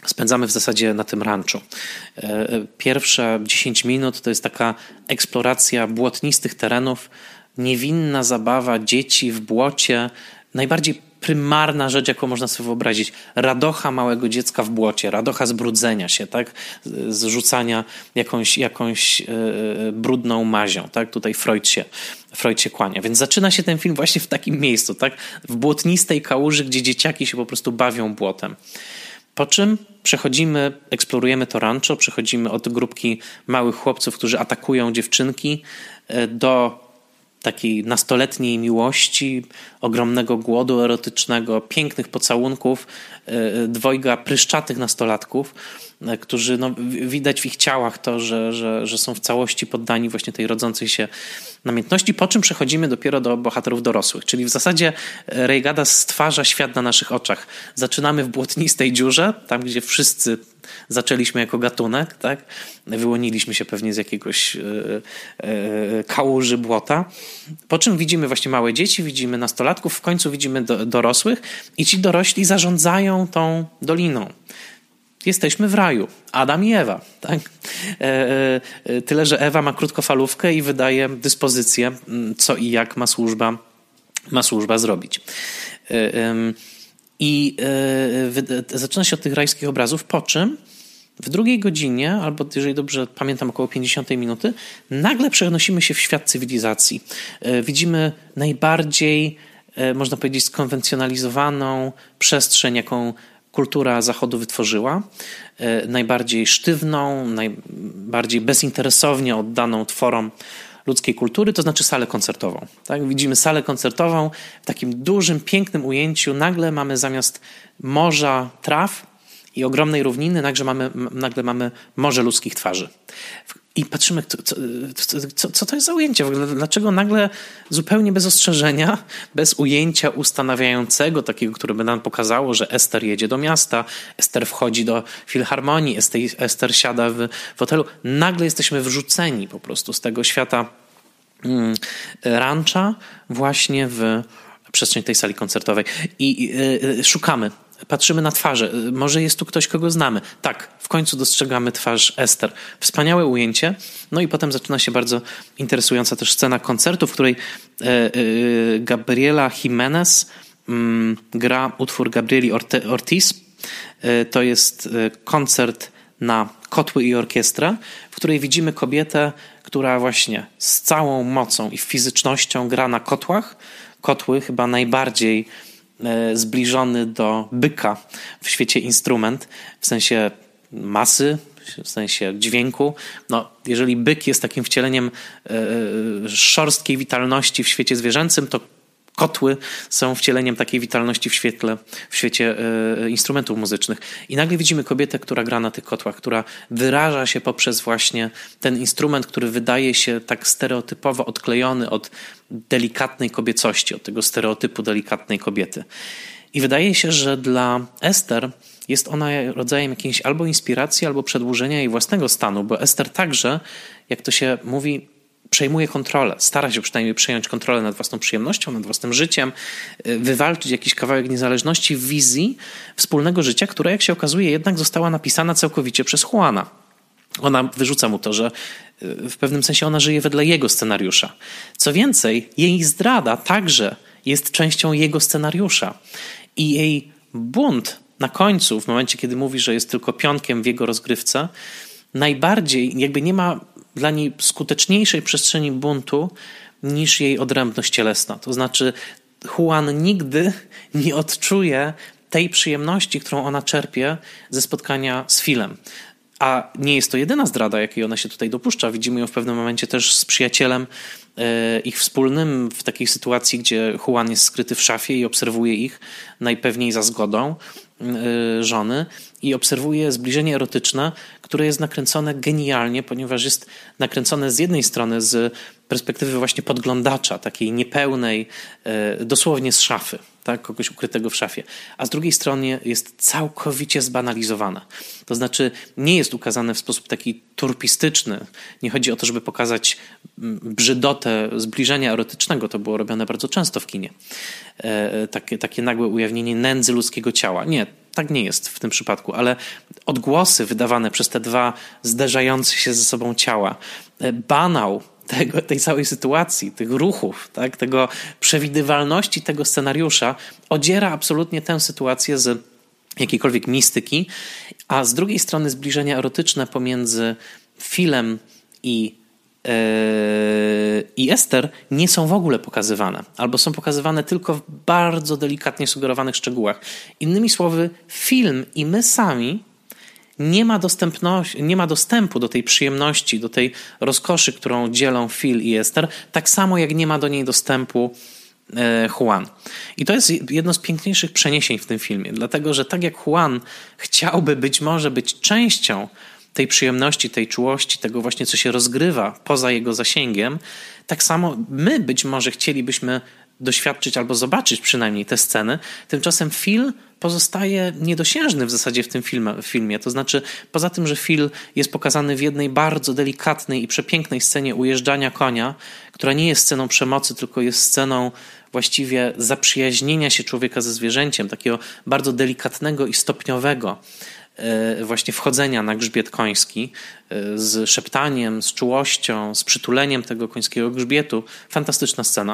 spędzamy w zasadzie na tym ranczu. Pierwsze 10 minut to jest taka eksploracja błotnistych terenów, niewinna zabawa dzieci w błocie, najbardziej prymarna rzecz, jaką można sobie wyobrazić. Radocha małego dziecka w błocie, radocha z brudzenia się, tak? Z rzucania jakąś brudną mazią. Tak? Tutaj Freud się kłania. Więc zaczyna się ten film właśnie w takim miejscu, tak? W błotnistej kałuży, gdzie dzieciaki się po prostu bawią błotem. Po czym eksplorujemy to rancho, przechodzimy od grupki małych chłopców, którzy atakują dziewczynki, do takiej nastoletniej miłości, ogromnego głodu erotycznego, pięknych pocałunków, dwojga pryszczatych nastolatków, którzy widać w ich ciałach to, że są w całości poddani właśnie tej rodzącej się namiętności, po czym przechodzimy dopiero do bohaterów dorosłych. Czyli w zasadzie Ray Gadas stwarza świat na naszych oczach. Zaczynamy w błotnistej dziurze, tam gdzie wszyscy zaczęliśmy jako gatunek, tak? Wyłoniliśmy się pewnie z jakiegoś kałuży błota, po czym widzimy właśnie małe dzieci, widzimy nastolatków, w końcu widzimy dorosłych i ci dorośli zarządzają tą doliną. Jesteśmy w raju. Adam i Ewa. Tak? Tyle, że Ewa ma krótkofalówkę i wydaje dyspozycję, co i jak ma służba zrobić. I zaczyna się od tych rajskich obrazów, po czym w drugiej godzinie, albo jeżeli dobrze pamiętam, około 50 minuty, nagle przenosimy się w świat cywilizacji. Widzimy najbardziej, można powiedzieć, skonwencjonalizowaną przestrzeń, jaką kultura Zachodu wytworzyła, najbardziej sztywną, najbardziej bezinteresownie oddaną tworom ludzkiej kultury, to znaczy salę koncertową. Tak? Widzimy salę koncertową w takim dużym, pięknym ujęciu. Nagle mamy zamiast morza traw i ogromnej równiny, nagle mamy morze ludzkich twarzy. I patrzymy, co to jest za ujęcie w ogóle? Dlaczego nagle zupełnie bez ostrzeżenia, bez ujęcia ustanawiającego, takiego, które by nam pokazało, że Ester jedzie do miasta, Ester wchodzi do filharmonii, Ester siada w fotelu, nagle jesteśmy wrzuceni po prostu z tego świata rancha właśnie w przestrzeń tej sali koncertowej. I szukamy. Patrzymy na twarze. Może jest tu ktoś, kogo znamy. Tak, w końcu dostrzegamy twarz Ester. Wspaniałe ujęcie. No i potem zaczyna się bardzo interesująca też scena koncertu, w której Gabriela Jimenez gra utwór Gabrieli Ortiz. To jest koncert na kotły i orkiestrę, w której widzimy kobietę, która właśnie z całą mocą i fizycznością gra na kotłach. Kotły chyba najbardziej zbliżony do byka w świecie instrument, w sensie masy, w sensie dźwięku. No, jeżeli byk jest takim wcieleniem szorstkiej witalności w świecie zwierzęcym, to kotły są wcieleniem takiej witalności w świecie instrumentów muzycznych. I nagle widzimy kobietę, która gra na tych kotłach, która wyraża się poprzez właśnie ten instrument, który wydaje się tak stereotypowo odklejony od delikatnej kobiecości, od tego stereotypu delikatnej kobiety. I wydaje się, że dla Ester jest ona rodzajem jakiejś albo inspiracji, albo przedłużenia jej własnego stanu, bo Ester także, jak to się mówi, przejmuje kontrolę, stara się przynajmniej przejąć kontrolę nad własną przyjemnością, nad własnym życiem, wywalczyć jakiś kawałek niezależności w wizji wspólnego życia, która, jak się okazuje, jednak została napisana całkowicie przez Juana. Ona wyrzuca mu to, że w pewnym sensie ona żyje wedle jego scenariusza. Co więcej, jej zdrada także jest częścią jego scenariusza. I jej bunt na końcu, w momencie, kiedy mówi, że jest tylko pionkiem w jego rozgrywce, najbardziej jakby nie ma dla niej skuteczniejszej przestrzeni buntu niż jej odrębność cielesna. To znaczy Juan nigdy nie odczuje tej przyjemności, którą ona czerpie ze spotkania z Philem. A nie jest to jedyna zdrada, jakiej ona się tutaj dopuszcza. Widzimy ją w pewnym momencie też z przyjacielem ich wspólnym w takiej sytuacji, gdzie Juan jest skryty w szafie i obserwuje ich najpewniej za zgodą żony i obserwuje zbliżenie erotyczne, które jest nakręcone genialnie, ponieważ jest nakręcone z jednej strony z perspektywy właśnie podglądacza, takiej niepełnej, dosłownie z szafy, tak, kogoś ukrytego w szafie, a z drugiej strony jest całkowicie zbanalizowana. To znaczy nie jest ukazane w sposób taki turpistyczny. Nie chodzi o to, żeby pokazać brzydotę zbliżenia erotycznego. To było robione bardzo często w kinie. Takie nagłe ujawnienie nędzy ludzkiego ciała. Nie, tak nie jest w tym przypadku, ale odgłosy wydawane przez te dwa zderzające się ze sobą ciała, banał tej całej sytuacji, tych ruchów, tak, tego przewidywalności tego scenariusza odziera absolutnie tę sytuację z jakiejkolwiek mistyki, a z drugiej strony zbliżenia erotyczne pomiędzy Philem i Esther nie są w ogóle pokazywane, albo są pokazywane tylko w bardzo delikatnie sugerowanych szczegółach. Innymi słowy, film i my sami nie ma dostępu do tej przyjemności, do tej rozkoszy, którą dzielą Phil i Esther, tak samo jak nie ma do niej dostępu Juan. I to jest jedno z piękniejszych przeniesień w tym filmie, dlatego że tak jak Juan chciałby być może być częścią tej przyjemności, tej czułości, tego właśnie, co się rozgrywa poza jego zasięgiem, tak samo my być może chcielibyśmy doświadczyć albo zobaczyć przynajmniej te sceny. Tymczasem Phil pozostaje niedosiężny w zasadzie w tym filmie. To znaczy, poza tym, że Phil jest pokazany w jednej bardzo delikatnej i przepięknej scenie ujeżdżania konia, która nie jest sceną przemocy, tylko jest sceną właściwie zaprzyjaźnienia się człowieka ze zwierzęciem, takiego bardzo delikatnego i stopniowego właśnie wchodzenia na grzbiet koński z szeptaniem, z czułością, z przytuleniem tego końskiego grzbietu. Fantastyczna scena.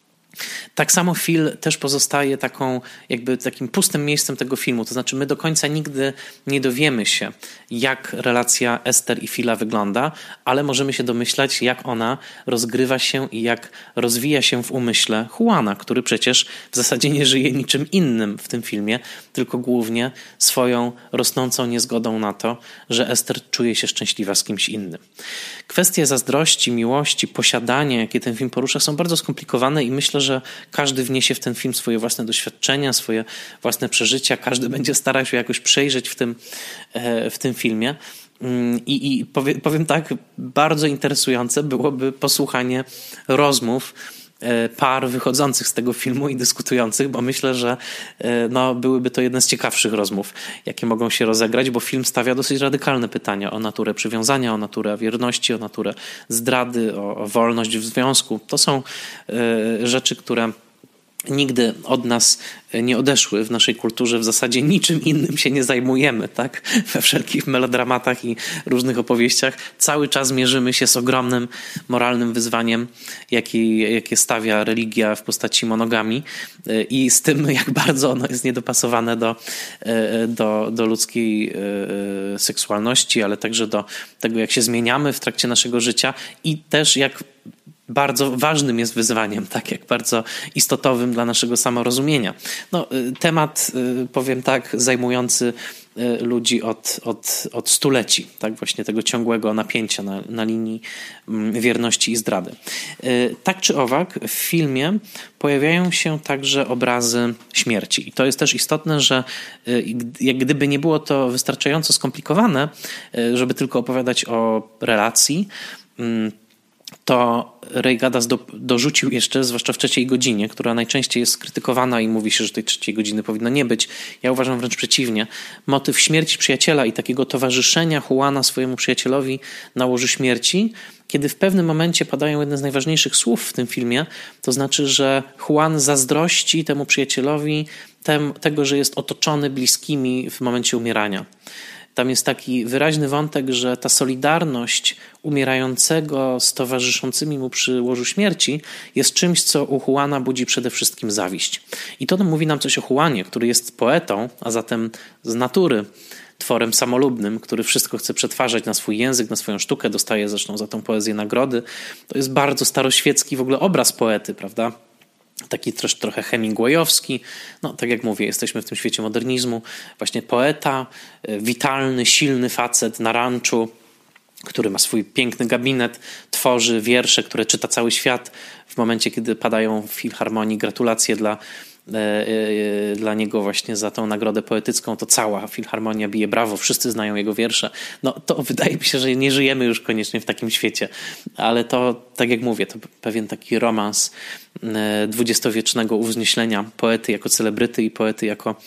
Tak samo Phil też pozostaje takim pustym miejscem tego filmu. To znaczy my do końca nigdy nie dowiemy się, jak relacja Esther i Phila wygląda, ale możemy się domyślać, jak ona rozgrywa się i jak rozwija się w umyśle Juana, który przecież w zasadzie nie żyje niczym innym w tym filmie, tylko głównie swoją rosnącą niezgodą na to, że Esther czuje się szczęśliwa z kimś innym. Kwestie zazdrości, miłości, posiadania, jakie ten film porusza, są bardzo skomplikowane i myślę, że każdy wniesie w ten film swoje własne doświadczenia, swoje własne przeżycia. Każdy będzie starał się jakoś przejrzeć w tym filmie. I powiem tak, bardzo interesujące byłoby posłuchanie rozmów par wychodzących z tego filmu i dyskutujących, bo myślę, że byłyby to jedne z ciekawszych rozmów, jakie mogą się rozegrać, bo film stawia dosyć radykalne pytania o naturę przywiązania, o naturę wierności, o naturę zdrady, o wolność w związku. To są rzeczy, które nigdy od nas nie odeszły w naszej kulturze. W zasadzie niczym innym się nie zajmujemy, tak? We wszelkich melodramatach i różnych opowieściach cały czas mierzymy się z ogromnym moralnym wyzwaniem, jakie stawia religia w postaci monogamii i z tym, jak bardzo ono jest niedopasowane do ludzkiej seksualności, ale także do tego, jak się zmieniamy w trakcie naszego życia i też jak bardzo ważnym jest wyzwaniem, tak jak bardzo istotowym dla naszego samorozumienia. Temat, powiem tak, zajmujący ludzi od stuleci, tak, właśnie tego ciągłego napięcia na linii wierności i zdrady. Tak czy owak, w filmie pojawiają się także obrazy śmierci. I to jest też istotne, że jak gdyby nie było to wystarczająco skomplikowane, żeby tylko opowiadać o relacji, to Ray Gadas dorzucił jeszcze, zwłaszcza w trzeciej godzinie, która najczęściej jest krytykowana i mówi się, że tej trzeciej godziny powinno nie być. Ja uważam wręcz przeciwnie. Motyw śmierci przyjaciela i takiego towarzyszenia Juana swojemu przyjacielowi na łożu śmierci, kiedy w pewnym momencie padają jedne z najważniejszych słów w tym filmie, to znaczy, że Juan zazdrości temu przyjacielowi tego, że jest otoczony bliskimi w momencie umierania. Tam jest taki wyraźny wątek, że ta solidarność umierającego z towarzyszącymi mu przy łożu śmierci jest czymś, co u Juana budzi przede wszystkim zawiść. I to mówi nam coś o Juanie, który jest poetą, a zatem z natury tworem samolubnym, który wszystko chce przetwarzać na swój język, na swoją sztukę, dostaje zresztą za tą poezję nagrody. To jest bardzo staroświecki w ogóle obraz poety, prawda? Taki też trochę hemingwayowski. Tak jak mówię, jesteśmy w tym świecie modernizmu. Właśnie poeta, witalny, silny facet na ranczu, który ma swój piękny gabinet, tworzy wiersze, które czyta cały świat. W momencie, kiedy padają w filharmonii gratulacje dla dla niego właśnie za tą nagrodę poetycką, to cała filharmonia bije brawo, wszyscy znają jego wiersze. No to wydaje mi się, że nie żyjemy już koniecznie w takim świecie, ale to, tak jak mówię, to pewien taki romans dwudziestowiecznego uwznieślenia poety jako celebryty i poety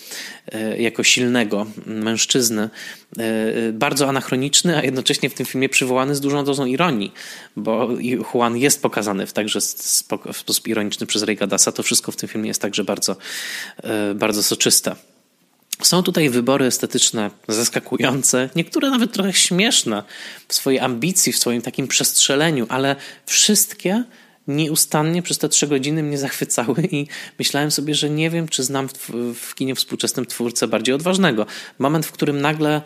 jako silnego mężczyzny. Bardzo anachroniczny, a jednocześnie w tym filmie przywołany z dużą dozą ironii, bo Juan jest pokazany także w sposób ironiczny przez Reygadasa. To wszystko w tym filmie jest także bardzo, bardzo soczyste. Są tutaj wybory estetyczne zaskakujące, niektóre nawet trochę śmieszne w swojej ambicji, w swoim takim przestrzeleniu, ale wszystkie nieustannie przez te 3 godziny mnie zachwycały i myślałem sobie, że nie wiem, czy znam w kinie współczesnym twórcę bardziej odważnego. Moment, w którym nagle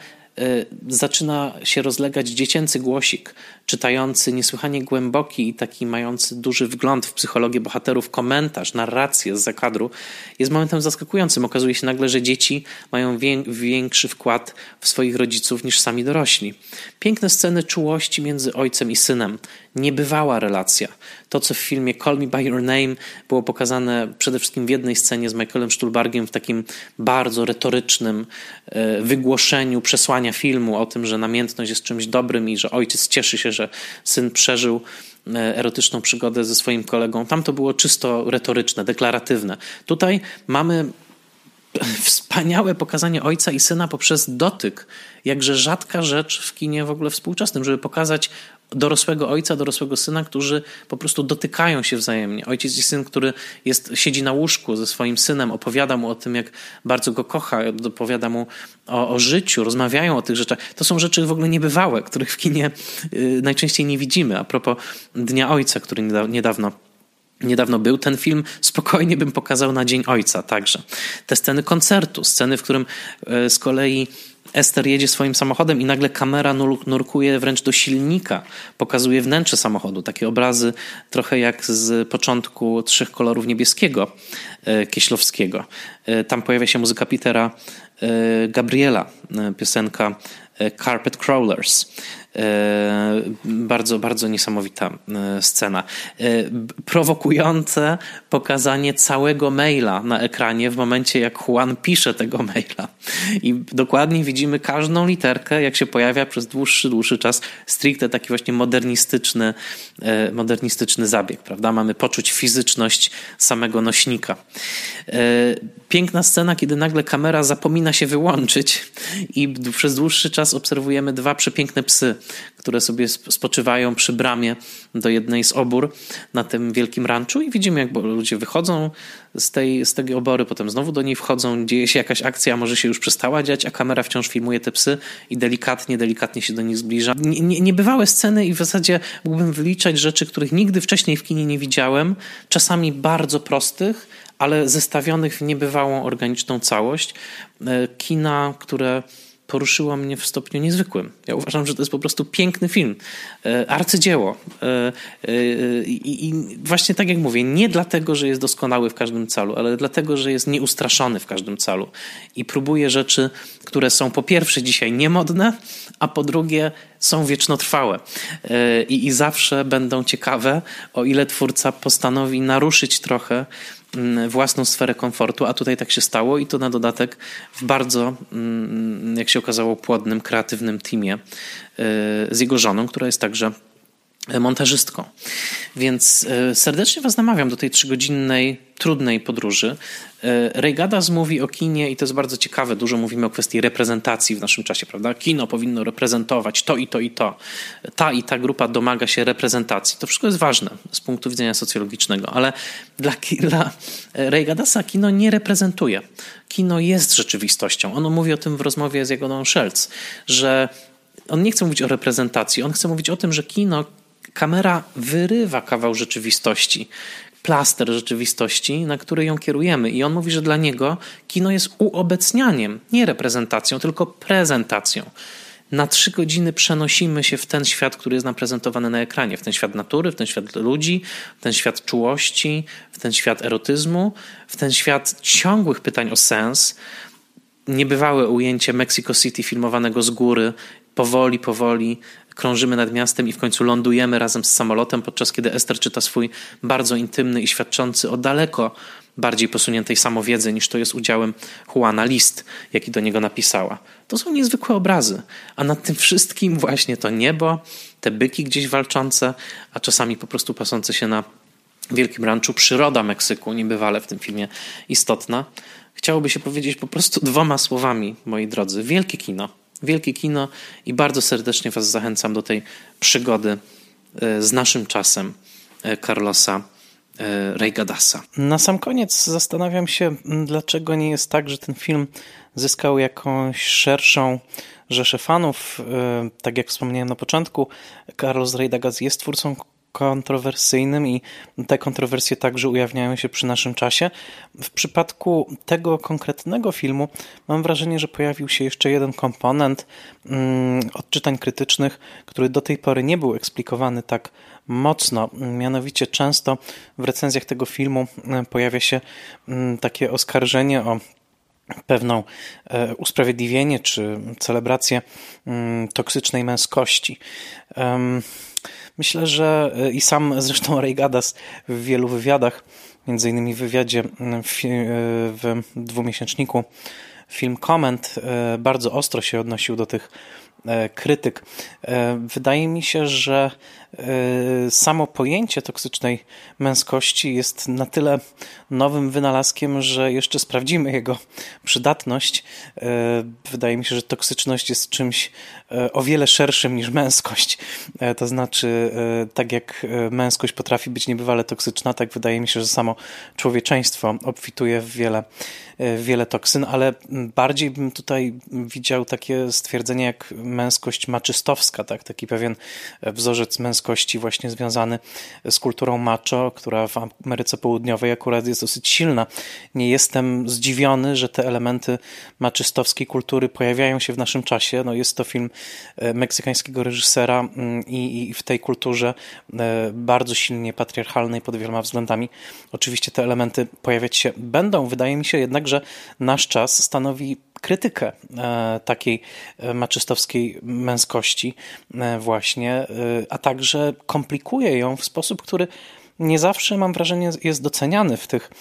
zaczyna się rozlegać dziecięcy głosik, czytający niesłychanie głęboki i taki mający duży wgląd w psychologię bohaterów komentarz, narrację z zakadru, jest momentem zaskakującym. Okazuje się nagle, że dzieci mają większy wkład w swoich rodziców niż sami dorośli. Piękne sceny czułości między ojcem i synem. Niebywała relacja. To, co w filmie Call Me By Your Name było pokazane przede wszystkim w jednej scenie z Michaelem Stuhlbargiem w takim bardzo retorycznym wygłoszeniu przesłania filmu o tym, że namiętność jest czymś dobrym i że ojciec cieszy się, że syn przeżył erotyczną przygodę ze swoim kolegą. Tam to było czysto retoryczne, deklaratywne. Tutaj mamy wspaniałe pokazanie ojca i syna poprzez dotyk. Jakże rzadka rzecz w kinie w ogóle współczesnym, żeby pokazać dorosłego ojca, dorosłego syna, którzy po prostu dotykają się wzajemnie. Ojciec i syn, który siedzi na łóżku ze swoim synem, opowiada mu o tym, jak bardzo go kocha, opowiada mu o życiu, rozmawiają o tych rzeczach. To są rzeczy w ogóle niebywałe, których w kinie najczęściej nie widzimy. A propos Dnia Ojca, który niedawno był, ten film spokojnie bym pokazał na Dzień Ojca także. Te sceny koncertu, sceny, w którym z kolei Ester jedzie swoim samochodem i nagle kamera nurkuje wręcz do silnika, pokazuje wnętrze samochodu. Takie obrazy trochę jak z początku Trzech kolorów niebieskiego Kieślowskiego. Tam pojawia się muzyka Petera Gabriela, piosenka Carpet Crawlers. Bardzo, bardzo niesamowita scena. Prowokujące pokazanie całego maila na ekranie w momencie, jak Juan pisze tego maila. I dokładnie widzimy każdą literkę, jak się pojawia przez dłuższy czas. Stricte taki właśnie modernistyczny zabieg, prawda? Mamy poczuć fizyczność samego nośnika. Piękna scena, kiedy nagle kamera zapomina się wyłączyć i przez dłuższy czas obserwujemy 2 przepiękne psy, które sobie spoczywają przy bramie do jednej z obór na tym wielkim ranczu i widzimy, jak ludzie wychodzą z tej obory, potem znowu do niej wchodzą, dzieje się jakaś akcja, może się już przestała dziać, a kamera wciąż filmuje te psy i delikatnie się do nich zbliża. Niebywałe sceny i w zasadzie mógłbym wyliczać rzeczy, których nigdy wcześniej w kinie nie widziałem, czasami bardzo prostych, ale zestawionych w niebywałą, organiczną całość. Kina, które poruszyło mnie w stopniu niezwykłym. Ja uważam, że to jest po prostu piękny film. Arcydzieło. I właśnie tak jak mówię, nie dlatego, że jest doskonały w każdym calu, ale dlatego, że jest nieustraszony w każdym calu. I próbuje rzeczy, które są po pierwsze dzisiaj niemodne, a po drugie są wiecznotrwałe. I zawsze będą ciekawe, o ile twórca postanowi naruszyć trochę własną sferę komfortu, a tutaj tak się stało i to na dodatek w bardzo, jak się okazało, płodnym, kreatywnym teamie z jego żoną, która jest także montażystką. Więc serdecznie was namawiam do tej 3-godzinnej, trudnej podróży. Reygadas mówi o kinie i to jest bardzo ciekawe. Dużo mówimy o kwestii reprezentacji w naszym czasie, prawda? Kino powinno reprezentować to i to i to. Ta i ta grupa domaga się reprezentacji. To wszystko jest ważne z punktu widzenia socjologicznego, ale dla Reygadasa kino nie reprezentuje. Kino jest rzeczywistością. On mówi o tym w rozmowie z Jagodą Szelc, że on nie chce mówić o reprezentacji. On chce mówić o tym, że kamera wyrywa kawał rzeczywistości, plaster rzeczywistości, na który ją kierujemy. I on mówi, że dla niego kino jest uobecnianiem, nie reprezentacją, tylko prezentacją. Na 3 godziny przenosimy się w ten świat, który jest nam prezentowany na ekranie. W ten świat natury, w ten świat ludzi, w ten świat czułości, w ten świat erotyzmu, w ten świat ciągłych pytań o sens. Niebywałe ujęcie Mexico City filmowanego z góry, powoli, krążymy nad miastem i w końcu lądujemy razem z samolotem, podczas kiedy Ester czyta swój bardzo intymny i świadczący o daleko bardziej posuniętej samowiedzy niż to jest udziałem Juana list, jaki do niego napisała. To są niezwykłe obrazy, a nad tym wszystkim właśnie to niebo, te byki gdzieś walczące, a czasami po prostu pasące się na wielkim ranczu, przyroda Meksyku, niebywale w tym filmie istotna. Chciałoby się powiedzieć po prostu 2 słowami, moi drodzy. Wielkie kino i bardzo serdecznie was zachęcam do tej przygody z naszym czasem Carlosa Reigadasa. Na sam koniec zastanawiam się, dlaczego nie jest tak, że ten film zyskał jakąś szerszą rzeszę fanów. Tak jak wspomniałem na początku, Carlos Reidagas jest twórcą kontrowersyjnym i te kontrowersje także ujawniają się przy naszym czasie. W przypadku tego konkretnego filmu mam wrażenie, że pojawił się jeszcze jeden komponent odczytań krytycznych, który do tej pory nie był eksplikowany tak mocno. Mianowicie często w recenzjach tego filmu pojawia się takie oskarżenie o pewną usprawiedliwienie czy celebrację toksycznej męskości. Myślę, że i sam zresztą Reigadas w wielu wywiadach, między innymi w wywiadzie w dwumiesięczniku Film Comment, bardzo ostro się odnosił do tych krytyk. Wydaje mi się, że samo pojęcie toksycznej męskości jest na tyle nowym wynalazkiem, że jeszcze sprawdzimy jego przydatność. Wydaje mi się, że toksyczność jest czymś o wiele szerszym niż męskość. To znaczy, tak jak męskość potrafi być niebywale toksyczna, tak wydaje mi się, że samo człowieczeństwo obfituje w wiele toksyn, ale bardziej bym tutaj widział takie stwierdzenie jak męskość maczystowska, tak? Taki pewien wzorzec męskości właśnie związany z kulturą macho, która w Ameryce Południowej akurat jest dosyć silna. Nie jestem zdziwiony, że te elementy maczystowskiej kultury pojawiają się w naszym czasie. No jest to film meksykańskiego reżysera i w tej kulturze bardzo silnie patriarchalnej pod wieloma względami. Oczywiście te elementy pojawiać się będą. Wydaje mi się jednak, że nasz czas stanowi krytykę takiej maczystowskiej męskości właśnie, a także komplikuje ją w sposób, który nie zawsze, mam wrażenie, jest doceniany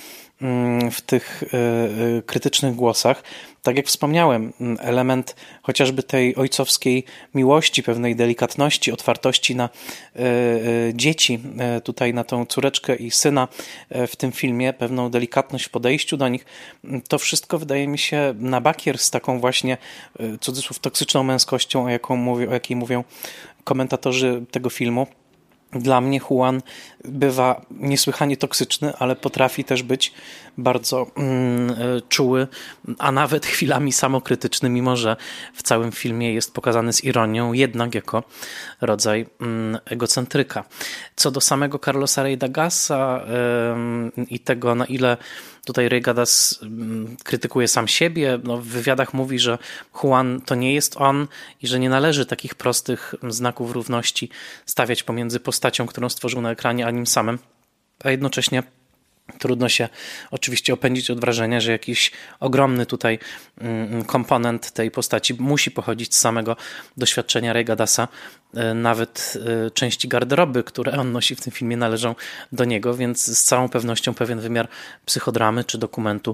w tych krytycznych głosach. Tak jak wspomniałem, element chociażby tej ojcowskiej miłości, pewnej delikatności, otwartości na dzieci, tutaj na tą córeczkę i syna w tym filmie, pewną delikatność w podejściu do nich, to wszystko wydaje mi się na bakier z taką właśnie, cudzysłów, toksyczną męskością, o jakiej mówią komentatorzy tego filmu. Dla mnie Juan bywa niesłychanie toksyczny, ale potrafi też być bardzo czuły, a nawet chwilami samokrytyczny, mimo że w całym filmie jest pokazany z ironią, jednak jako rodzaj egocentryka. Co do samego Carlosa Reidagasa i tego, na ile tutaj Reigadas krytykuje sam siebie, no w wywiadach mówi, że Juan to nie jest on i że nie należy takich prostych znaków równości stawiać pomiędzy postacią, którą stworzył na ekranie, a nim samym, a jednocześnie trudno się oczywiście opędzić od wrażenia, że jakiś ogromny tutaj komponent tej postaci musi pochodzić z samego doświadczenia Reigadasa. Nawet części garderoby, które on nosi w tym filmie, należą do niego, więc z całą pewnością pewien wymiar psychodramy czy dokumentu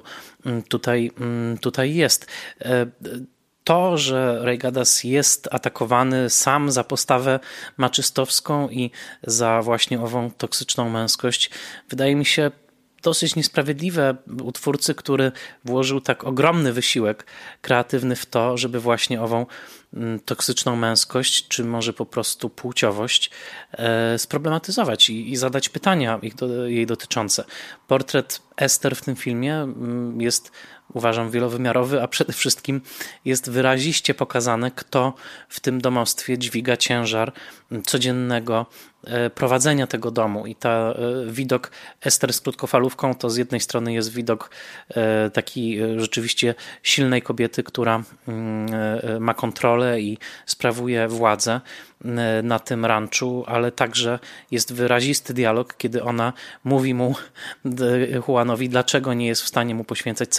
tutaj jest. To, że Reigadas jest atakowany sam za postawę maczystowską i za właśnie ową toksyczną męskość, wydaje mi się dosyć niesprawiedliwe u twórcy, który włożył tak ogromny wysiłek kreatywny w to, żeby właśnie ową toksyczną męskość, czy może po prostu płciowość sproblematyzować i zadać pytania jej dotyczące. Portret Ester w tym filmie jest, uważam, wielowymiarowy, a przede wszystkim jest wyraziście pokazane, kto w tym domostwie dźwiga ciężar codziennego prowadzenia tego domu. I widok Ester z krótkofalówką to z jednej strony jest widok taki rzeczywiście silnej kobiety, która ma kontrolę i sprawuje władzę na tym ranczu, ale także jest wyrazisty dialog, kiedy ona mówi mu, Juanowi, dlaczego nie jest w stanie mu poświęcać cały czas uwagi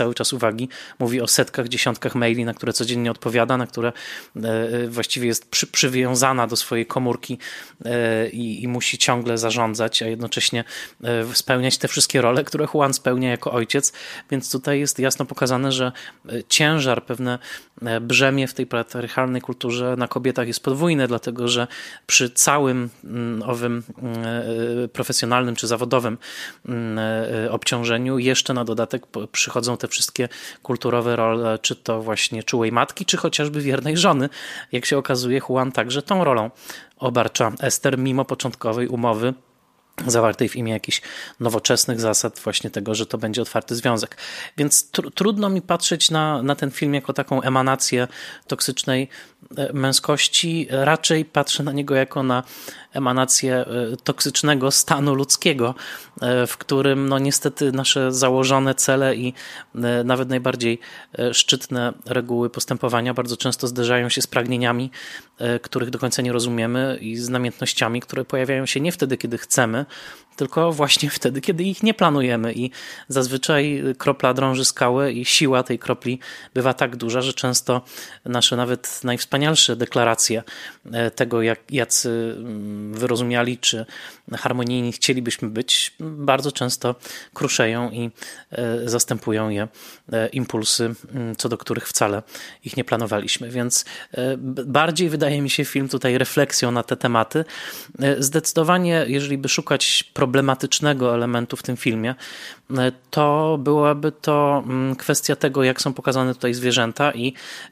uwagi. Mówi o setkach, dziesiątkach maili, na które codziennie odpowiada, na które właściwie jest przywiązana do swojej komórki i musi ciągle zarządzać, a jednocześnie spełniać te wszystkie role, które Juan spełnia jako ojciec. Więc tutaj jest jasno pokazane, że ciężar, pewne brzemię w tej patriarchalnej kulturze na kobietach jest podwójne, dlatego że przy całym owym profesjonalnym czy zawodowym obciążeniu jeszcze na dodatek przychodzą te wszystkie kulturowe role, czy to właśnie czułej matki, czy chociażby wiernej żony. Jak się okazuje, Juan także tą rolą obarcza Ester mimo początkowej umowy zawartej w imię jakichś nowoczesnych zasad właśnie tego, że to będzie otwarty związek. Więc trudno mi patrzeć na ten film jako taką emanację toksycznej męskości. Raczej patrzę na niego jako na emanację toksycznego stanu ludzkiego, w którym no niestety nasze założone cele i nawet najbardziej szczytne reguły postępowania bardzo często zderzają się z pragnieniami, których do końca nie rozumiemy, i z namiętnościami, które pojawiają się nie wtedy, kiedy chcemy, tylko właśnie wtedy, kiedy ich nie planujemy, i zazwyczaj kropla drąży skałę i siła tej kropli bywa tak duża, że często nasze nawet najwspanialsze deklaracje tego, jacy wyrozumiali czy harmonijni chcielibyśmy być, bardzo często kruszeją i zastępują je impulsy, co do których wcale ich nie planowaliśmy. Więc bardziej wydaje mi się film tutaj refleksją na te tematy. Zdecydowanie, jeżeli by szukać problematycznego elementu w tym filmie, to byłaby to kwestia tego, jak są pokazane tutaj zwierzęta i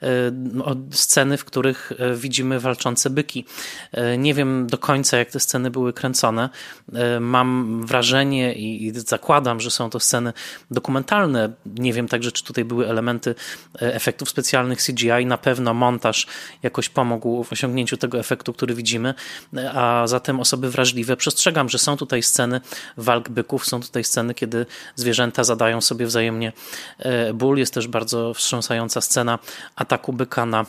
sceny, w których widzimy walczące byki. Nie wiem do końca, jak te sceny były kręcone. Mam wrażenie i zakładam, że są to sceny dokumentalne. Nie wiem także, czy tutaj były elementy efektów specjalnych CGI. Na pewno montaż jakoś pomógł w osiągnięciu tego efektu, który widzimy, a zatem osoby wrażliwe, przestrzegam, że są tutaj sceny walk byków, są tutaj sceny, kiedy zwierzęta zadają sobie wzajemnie ból. Jest też bardzo wstrząsająca scena ataku byka na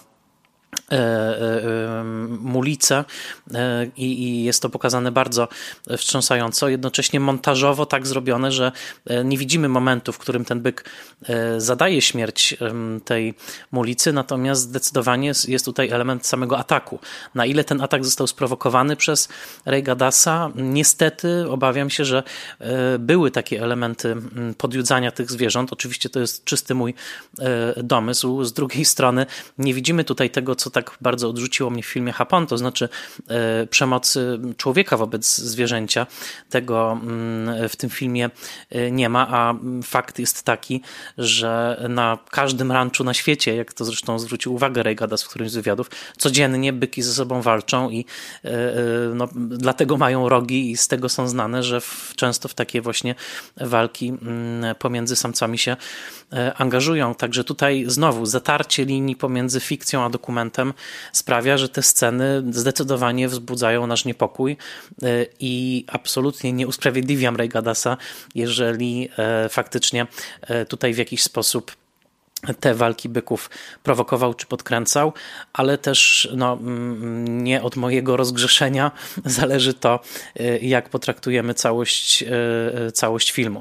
mulicę i jest to pokazane bardzo wstrząsająco, jednocześnie montażowo tak zrobione, że nie widzimy momentu, w którym ten byk zadaje śmierć tej mulicy, natomiast zdecydowanie jest tutaj element samego ataku. Na ile ten atak został sprowokowany przez Ray Gaddasa? Niestety obawiam się, że były takie elementy podjudzania tych zwierząt. Oczywiście to jest czysty mój domysł. Z drugiej strony nie widzimy tutaj tego, co tak bardzo odrzuciło mnie w filmie Japon, to znaczy przemocy człowieka wobec zwierzęcia. Tego w tym filmie nie ma, a fakt jest taki, że na każdym ranczu na świecie, jak to zresztą zwrócił uwagę Ray Gaddas w którymś z wywiadów, codziennie byki ze sobą walczą i no, dlatego mają rogi i z tego są znane, że często w takie właśnie walki pomiędzy samcami się angażują. Także tutaj znowu zatarcie linii pomiędzy fikcją a dokumentem sprawia, że te sceny zdecydowanie wzbudzają nasz niepokój i absolutnie nie usprawiedliwiam Ray Gaddasa, jeżeli faktycznie tutaj w jakiś sposób te walki byków prowokował czy podkręcał, ale też no, nie od mojego rozgrzeszenia zależy to, jak potraktujemy całość filmu.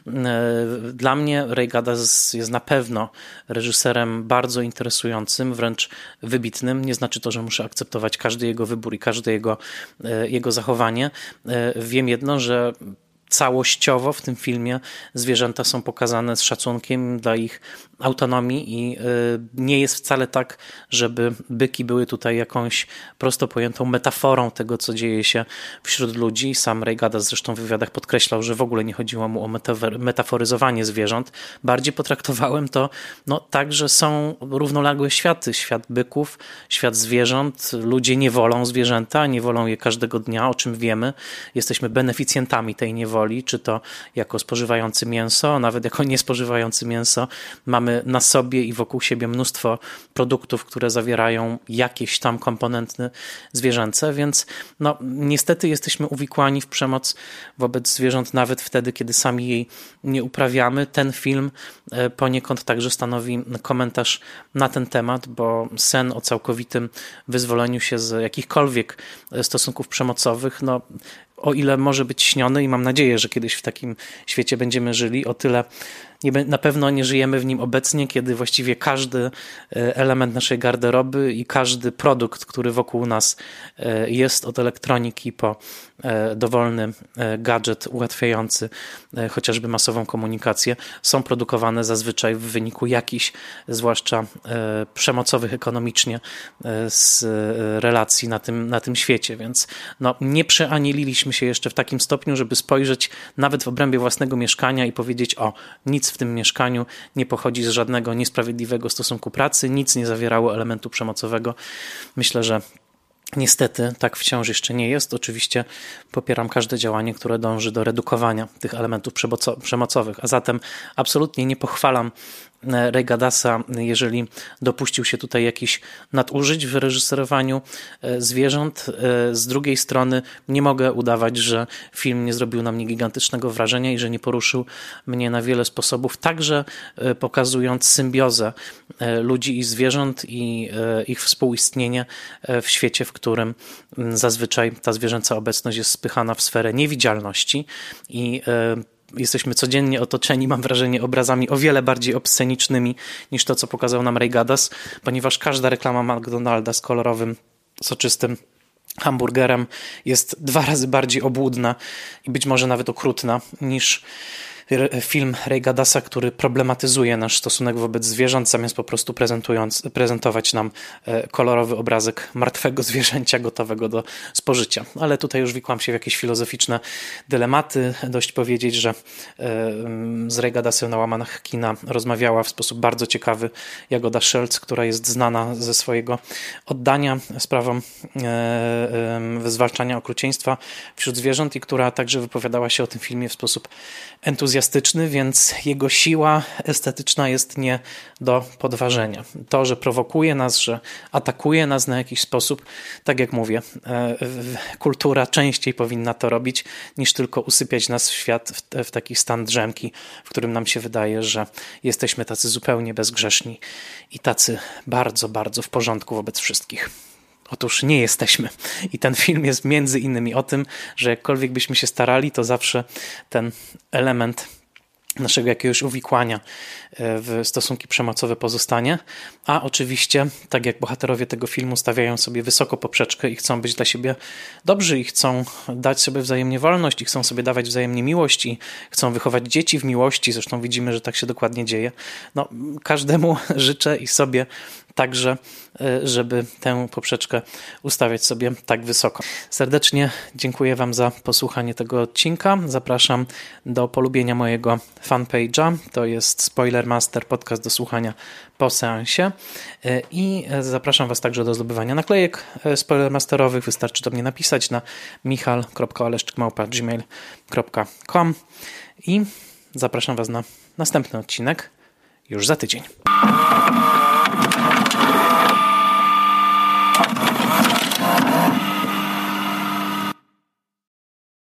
Dla mnie Ray Gaddas jest na pewno reżyserem bardzo interesującym, wręcz wybitnym. Nie znaczy to, że muszę akceptować każdy jego wybór i każde jego zachowanie. Wiem jedno, że całościowo w tym filmie zwierzęta są pokazane z szacunkiem dla ich autonomii i nie jest wcale tak, żeby byki były tutaj jakąś prosto pojętą metaforą tego, co dzieje się wśród ludzi. Sam Ray Gaddas zresztą w wywiadach podkreślał, że w ogóle nie chodziło mu o metaforyzowanie zwierząt. Bardziej potraktowałem to no, tak, że są równoległe światy. Świat byków, świat zwierząt. Ludzie nie wolą zwierzęta, nie wolą je każdego dnia, o czym wiemy. Jesteśmy beneficjentami tej niewoli, czy to jako spożywający mięso, nawet jako niespożywający mięso. Mamy na sobie i wokół siebie mnóstwo produktów, które zawierają jakieś tam komponenty zwierzęce, więc no, niestety jesteśmy uwikłani w przemoc wobec zwierząt nawet wtedy, kiedy sami jej nie uprawiamy. Ten film poniekąd także stanowi komentarz na ten temat, bo sen o całkowitym wyzwoleniu się z jakichkolwiek stosunków przemocowych no, o ile może być śniony i mam nadzieję, że kiedyś w takim świecie będziemy żyli, o tyle na pewno nie żyjemy w nim obecnie, kiedy właściwie każdy element naszej garderoby i każdy produkt, który wokół nas jest, od elektroniki po dowolny gadżet ułatwiający chociażby masową komunikację, są produkowane zazwyczaj w wyniku jakichś, zwłaszcza przemocowych ekonomicznie, z relacji na tym świecie. Więc nie przeanililiśmy się jeszcze w takim stopniu, żeby spojrzeć nawet w obrębie własnego mieszkania i powiedzieć: nic w tym mieszkaniu nie pochodzi z żadnego niesprawiedliwego stosunku pracy, nic nie zawierało elementu przemocowego. Myślę, że niestety tak wciąż jeszcze nie jest. Oczywiście popieram każde działanie, które dąży do redukowania tych elementów przemocowych, a zatem absolutnie nie pochwalam Ray Gaddasa, jeżeli dopuścił się tutaj jakichś nadużyć w reżyserowaniu zwierząt. Z drugiej strony nie mogę udawać, że film nie zrobił na mnie gigantycznego wrażenia i że nie poruszył mnie na wiele sposobów, także pokazując symbiozę ludzi i zwierząt i ich współistnienie w świecie, w którym zazwyczaj ta zwierzęca obecność jest spychana w sferę niewidzialności i jesteśmy codziennie otoczeni, mam wrażenie, obrazami o wiele bardziej obscenicznymi niż to, co pokazał nam Ray Gaddas, ponieważ każda reklama McDonalda z kolorowym, soczystym hamburgerem jest 2 razy bardziej obłudna i być może nawet okrutna niż film Ray Gaddasa, który problematyzuje nasz stosunek wobec zwierząt, zamiast po prostu prezentować nam kolorowy obrazek martwego zwierzęcia gotowego do spożycia. Ale tutaj już wikłam się w jakieś filozoficzne dylematy. Dość powiedzieć, że z Ray Gaddasem na Łamanach Kina rozmawiała w sposób bardzo ciekawy Jagoda Szelc, która jest znana ze swojego oddania sprawom zwalczania okrucieństwa wśród zwierząt i która także wypowiadała się o tym filmie w sposób entuzjastyczny, więc jego siła estetyczna jest nie do podważenia. To, że prowokuje nas, że atakuje nas na jakiś sposób, tak jak mówię, kultura częściej powinna to robić, niż tylko usypiać nas w świat, w taki stan drzemki, w którym nam się wydaje, że jesteśmy tacy zupełnie bezgrzeszni i tacy bardzo, bardzo w porządku wobec wszystkich. Otóż nie jesteśmy. I ten film jest między innymi o tym, że jakkolwiek byśmy się starali, to zawsze ten element naszego jakiegoś uwikłania w stosunki przemocowe pozostanie, a oczywiście, tak jak bohaterowie tego filmu stawiają sobie wysoko poprzeczkę i chcą być dla siebie dobrzy i chcą dać sobie wzajemnie wolność i chcą sobie dawać wzajemnie miłość i chcą wychować dzieci w miłości, zresztą widzimy, że tak się dokładnie dzieje. Każdemu życzę i sobie także, żeby tę poprzeczkę ustawiać sobie tak wysoko. Serdecznie dziękuję Wam za posłuchanie tego odcinka. Zapraszam do polubienia mojego fanpage'a. To jest Spoiler Master, podcast do słuchania po seansie. I zapraszam Was także do zdobywania naklejek spoilermasterowych. Wystarczy do mnie napisać na michal.oleszczyk@gmail.com i zapraszam Was na następny odcinek już za tydzień.